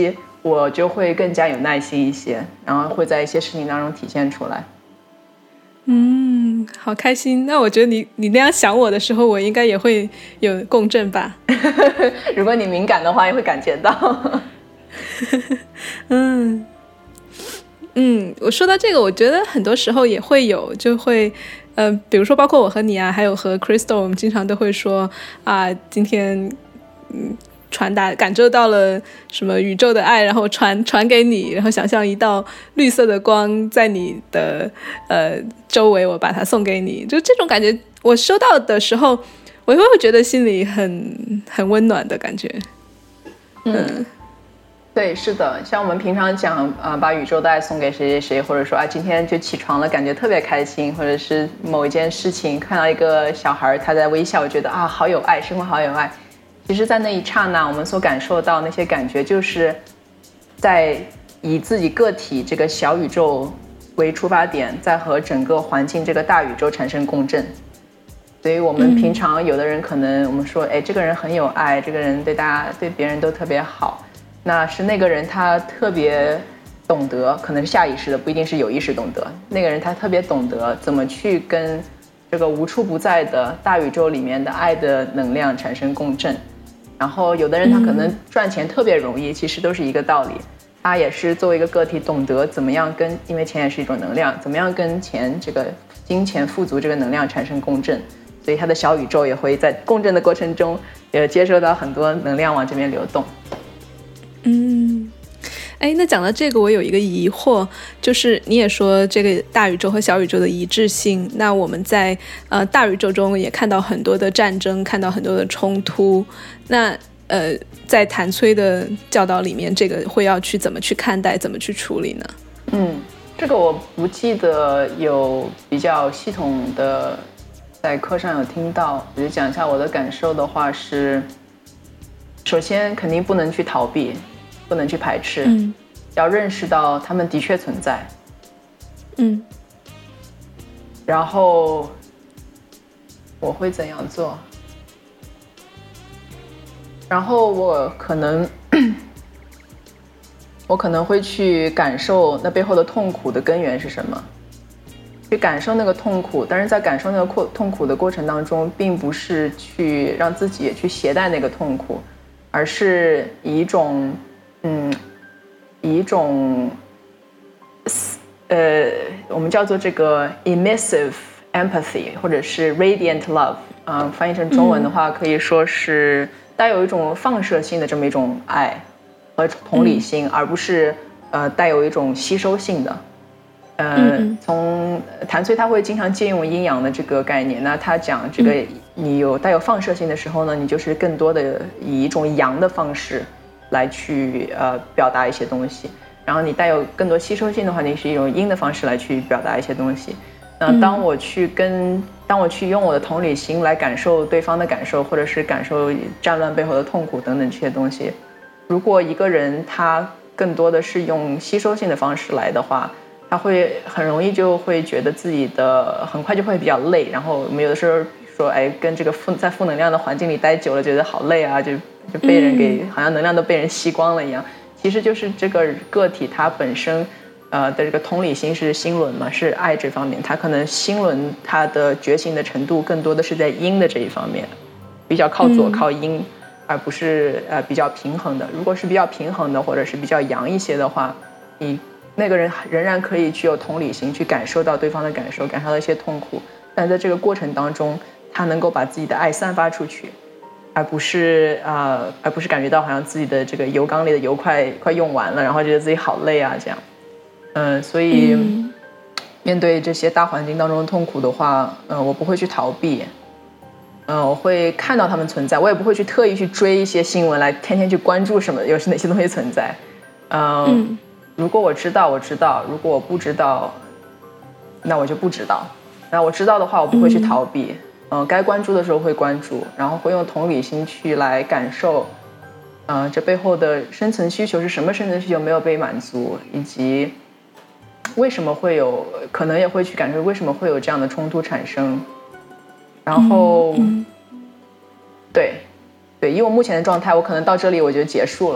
我就会更加有耐心一些，然后会在一些事情当中体现出来。 嗯，好开心。那我觉得你你那样想我的时候，我应该也会有共振吧。 如果你敏感的话，也会感觉到。 嗯嗯，我说到这个，我觉得很多时候也会有，就会呃，比如说包括我和你啊，还有和 Crystal， 我们经常都会说啊，今天嗯。传达感受到了什么宇宙的爱，然后传传给你，然后想象一道绿色的光在你的呃周围，我把它送给你，就这种感觉，我收到的时候，我会觉得心里很很温暖的感觉。 嗯，对，是的，像我们平常讲啊、呃，把宇宙的爱送给谁谁谁，或者说啊，今天就起床了，感觉特别开心，或者是某一件事情看到一个小孩他在微笑，我觉得啊，好有爱，生活好有爱。其实在那一刹那，我们所感受到那些感觉，就是在以自己个体这个小宇宙为出发点，在和整个环境这个大宇宙产生共振。所以我们平常有的人可能我们说，哎，这个人很有爱，这个人对大家对别人都特别好，那是那个人他特别懂得，可能是下意识的，不一定是有意识懂得，那个人他特别懂得怎么去跟这个无处不在的大宇宙里面的爱的能量产生共振。然后有的人他可能赚钱特别容易、嗯、其实都是一个道理，他也是作为一个个体懂得怎么样跟，因为钱也是一种能量，怎么样跟钱这个金钱富足这个能量产生共振，所以他的小宇宙也会在共振的过程中也接收到很多能量往这边流动。 嗯，哎，那讲到这个，我有一个疑惑，就是你也说这个大宇宙和小宇宙的一致性，那我们在呃大宇宙中也看到很多的战争，看到很多的冲突，那呃在谭崔的教导里面，这个会要去怎么去看待，怎么去处理呢？ 嗯，这个我不记得有比较系统的在课上有听到，我就讲一下我的感受的话是，首先肯定不能去逃避，不能去排斥，嗯，要认识到他们的确存在， 嗯， 然后我会怎样做？然后我可能我可能会去感受那背后的痛苦的根源是什么，去感受那个痛苦，但是在感受那个痛苦的过程当中，并不是去让自己也去携带那个痛苦，而是以一种嗯以一种呃我们叫做这个 emissive empathy 或者是 radiant love 啊、呃，翻译成中文的话可以说是带有一种放射性的这么一种爱和同理心，嗯、而不是呃带有一种吸收性的。呃，嗯、从谭崔他会经常借用阴阳的这个概念，那他讲这个你有带有放射性的时候呢，你就是更多的以一种阳的方式来去呃表达一些东西，然后你带有更多吸收性的话，你是一种阴的方式来去表达一些东西。那当我去跟当我去用我的同理心来感受对方的感受，或者是感受战乱背后的痛苦等等这些东西，如果一个人他更多的是用吸收性的方式来的话，他会很容易就会觉得自己的很快就会比较累，然后我们有的时候说，哎，跟这个负在负能量的环境里待久了，觉得好累啊，就就被人给、嗯、好像能量都被人吸光了一样。其实就是这个个体它本身呃的这个同理心是心轮嘛，是爱这方面，它可能心轮它的觉醒的程度更多的是在阴的这一方面，比较靠左、嗯、靠阴，而不是呃比较平衡的。如果是比较平衡的或者是比较阳一些的话，你那个人仍然可以具有同理心，去感受到对方的感受，感受到一些痛苦，但在这个过程当中，他能够把自己的爱散发出去，而不是啊、呃，而不是感觉到好像自己的这个油缸里的油快快用完了，然后觉得自己好累啊这样。嗯、呃，所以、嗯、面对这些大环境当中的痛苦的话，嗯、呃，我不会去逃避，嗯、呃，我会看到他们存在，我也不会去特意去追一些新闻来天天去关注什么有哪些东西存在，呃、嗯。如果我知道我知道，如果我不知道那我就不知道，那我知道的话我不会去逃避，嗯、呃，该关注的时候会关注，然后会用同理心去来感受呃，这背后的深层需求是什么，深层需求没有被满足，以及为什么会有，可能也会去感受为什么会有这样的冲突产生，然后、嗯嗯、对对，以我目前的状态我可能到这里我就结束了，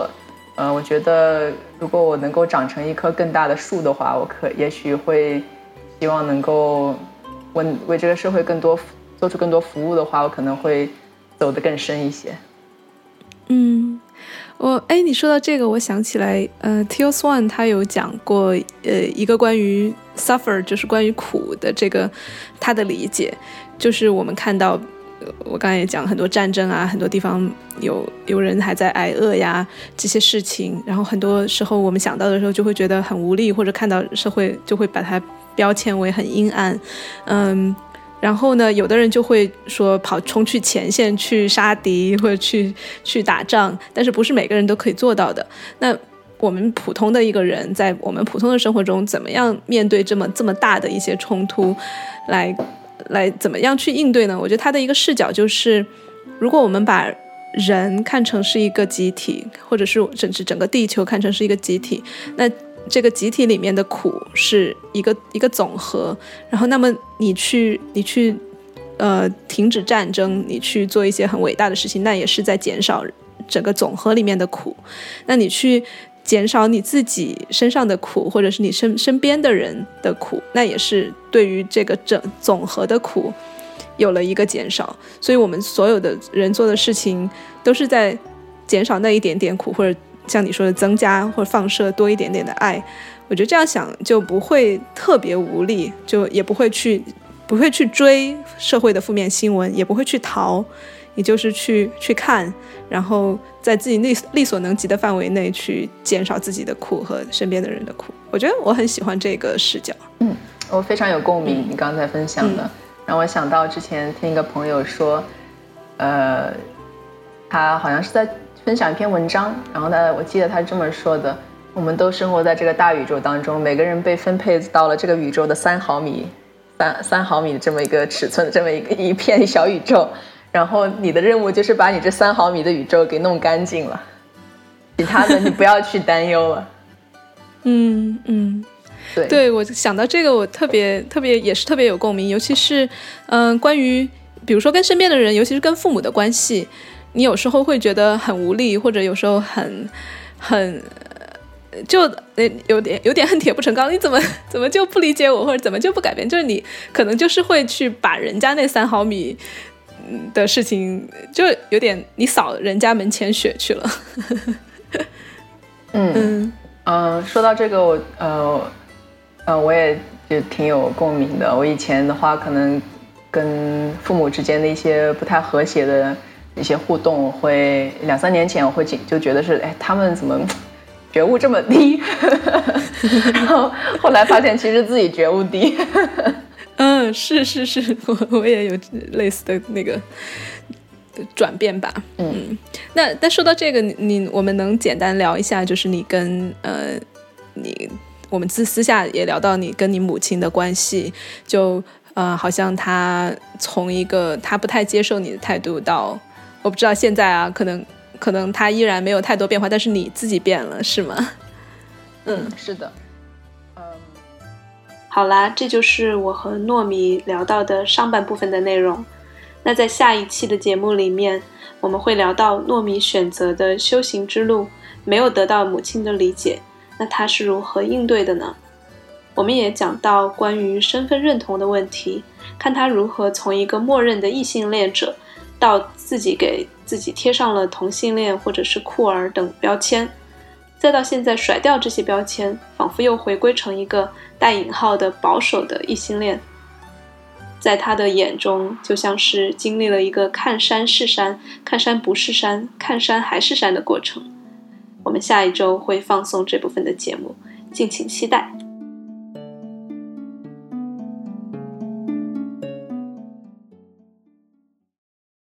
呃，我觉得如果我能够长成一棵更大的树的话，我可也许会希望能够为为这个社会更多做出更多服务的话，我可能会走得更深一些。 嗯，我哎，你说到这个，我想起来，呃 ，Teal Swan 他有讲过，呃，一个关于 suffer， 就是关于苦的这个他的理解，就是我们看到，我刚才也讲很多战争啊，很多地方有有人还在挨饿呀，这些事情，然后很多时候我们想到的时候就会觉得很无力，或者看到社会就会把它标签为很阴暗，嗯。然后呢，有的人就会说跑冲去前线去杀敌或者去去打仗，但是不是每个人都可以做到的。那我们普通的一个人在我们普通的生活中怎么样面对这么这么大的一些冲突，来来怎么样去应对呢？我觉得他的一个视角就是，如果我们把人看成是一个集体，或者是甚至整个地球看成是一个集体，那这个集体里面的苦是一个一个总和，然后那么你去你去呃停止战争，你去做一些很伟大的事情，那也是在减少整个总和里面的苦。那你去减少你自己身上的苦，或者是你身身边的人的苦，那也是对于这个整总和的苦有了一个减少。所以我们所有的人做的事情都是在减少那一点点苦，或者像你说的增加或者放射多一点点的爱。我觉得这样想就不会特别无力，就也不会去不会去追社会的负面新闻，也不会去逃，也就是去去看，然后在自己力力所能及的范围内去减少自己的苦和身边的人的苦。我觉得我很喜欢这个视角。 嗯，我非常有共鸣，你刚才分享的、嗯、让我想到之前听一个朋友说，呃，他好像是在分享一篇文章，然后呢，我记得他这么说的：我们都生活在这个大宇宙当中，每个人被分配到了这个宇宙的三毫米、三三毫米的这么一个尺寸的这么一个一片小宇宙，然后你的任务就是把你这三毫米的宇宙给弄干净了，其他的你不要去担忧了。 嗯嗯，对，对我想到这个，我特别特别也是特别有共鸣，尤其是嗯、呃，关于比如说跟身边的人，尤其是跟父母的关系。你有时候会觉得很无力，或者有时候很很就有点有点恨铁不成钢，你怎么怎么就不理解我，或者怎么就不改变，就是你可能就是会去把人家那三毫米的事情，就有点你扫人家门前雪去了。 嗯嗯、呃、说到这个我呃呃我也就挺有共鸣的。我以前的话可能跟父母之间的一些不太和谐的一些互动，我会两三年前我会就觉得是哎他们怎么觉悟这么低，然后后来发现其实自己觉悟低。 嗯，是是是，我我也有类似的那个转变吧。嗯，嗯那但说到这个，你我们能简单聊一下，就是你跟呃你我们私私下也聊到你跟你母亲的关系，就呃好像她从一个她不太接受你的态度到。我不知道现在啊，可能可能他依然没有太多变化，但是你自己变了，是吗？ 嗯，是的。嗯， 好啦，这就是我和糯米聊到的上半部分的内容。那在下一期的节目里面，我们会聊到糯米选择的修行之路没有得到母亲的理解，那他是如何应对的呢？我们也讲到关于身份认同的问题，看他如何从一个默认的异性恋者到自己给自己贴上了同性恋或者是酷儿等标签，再到现在甩掉这些标签，仿佛又回归成一个带引号的保守的异性恋。在他的眼中，就像是经历了一个看山是山，看山不是山，看山还是山的过程。我们下一周会放送这部分的节目，敬请期待。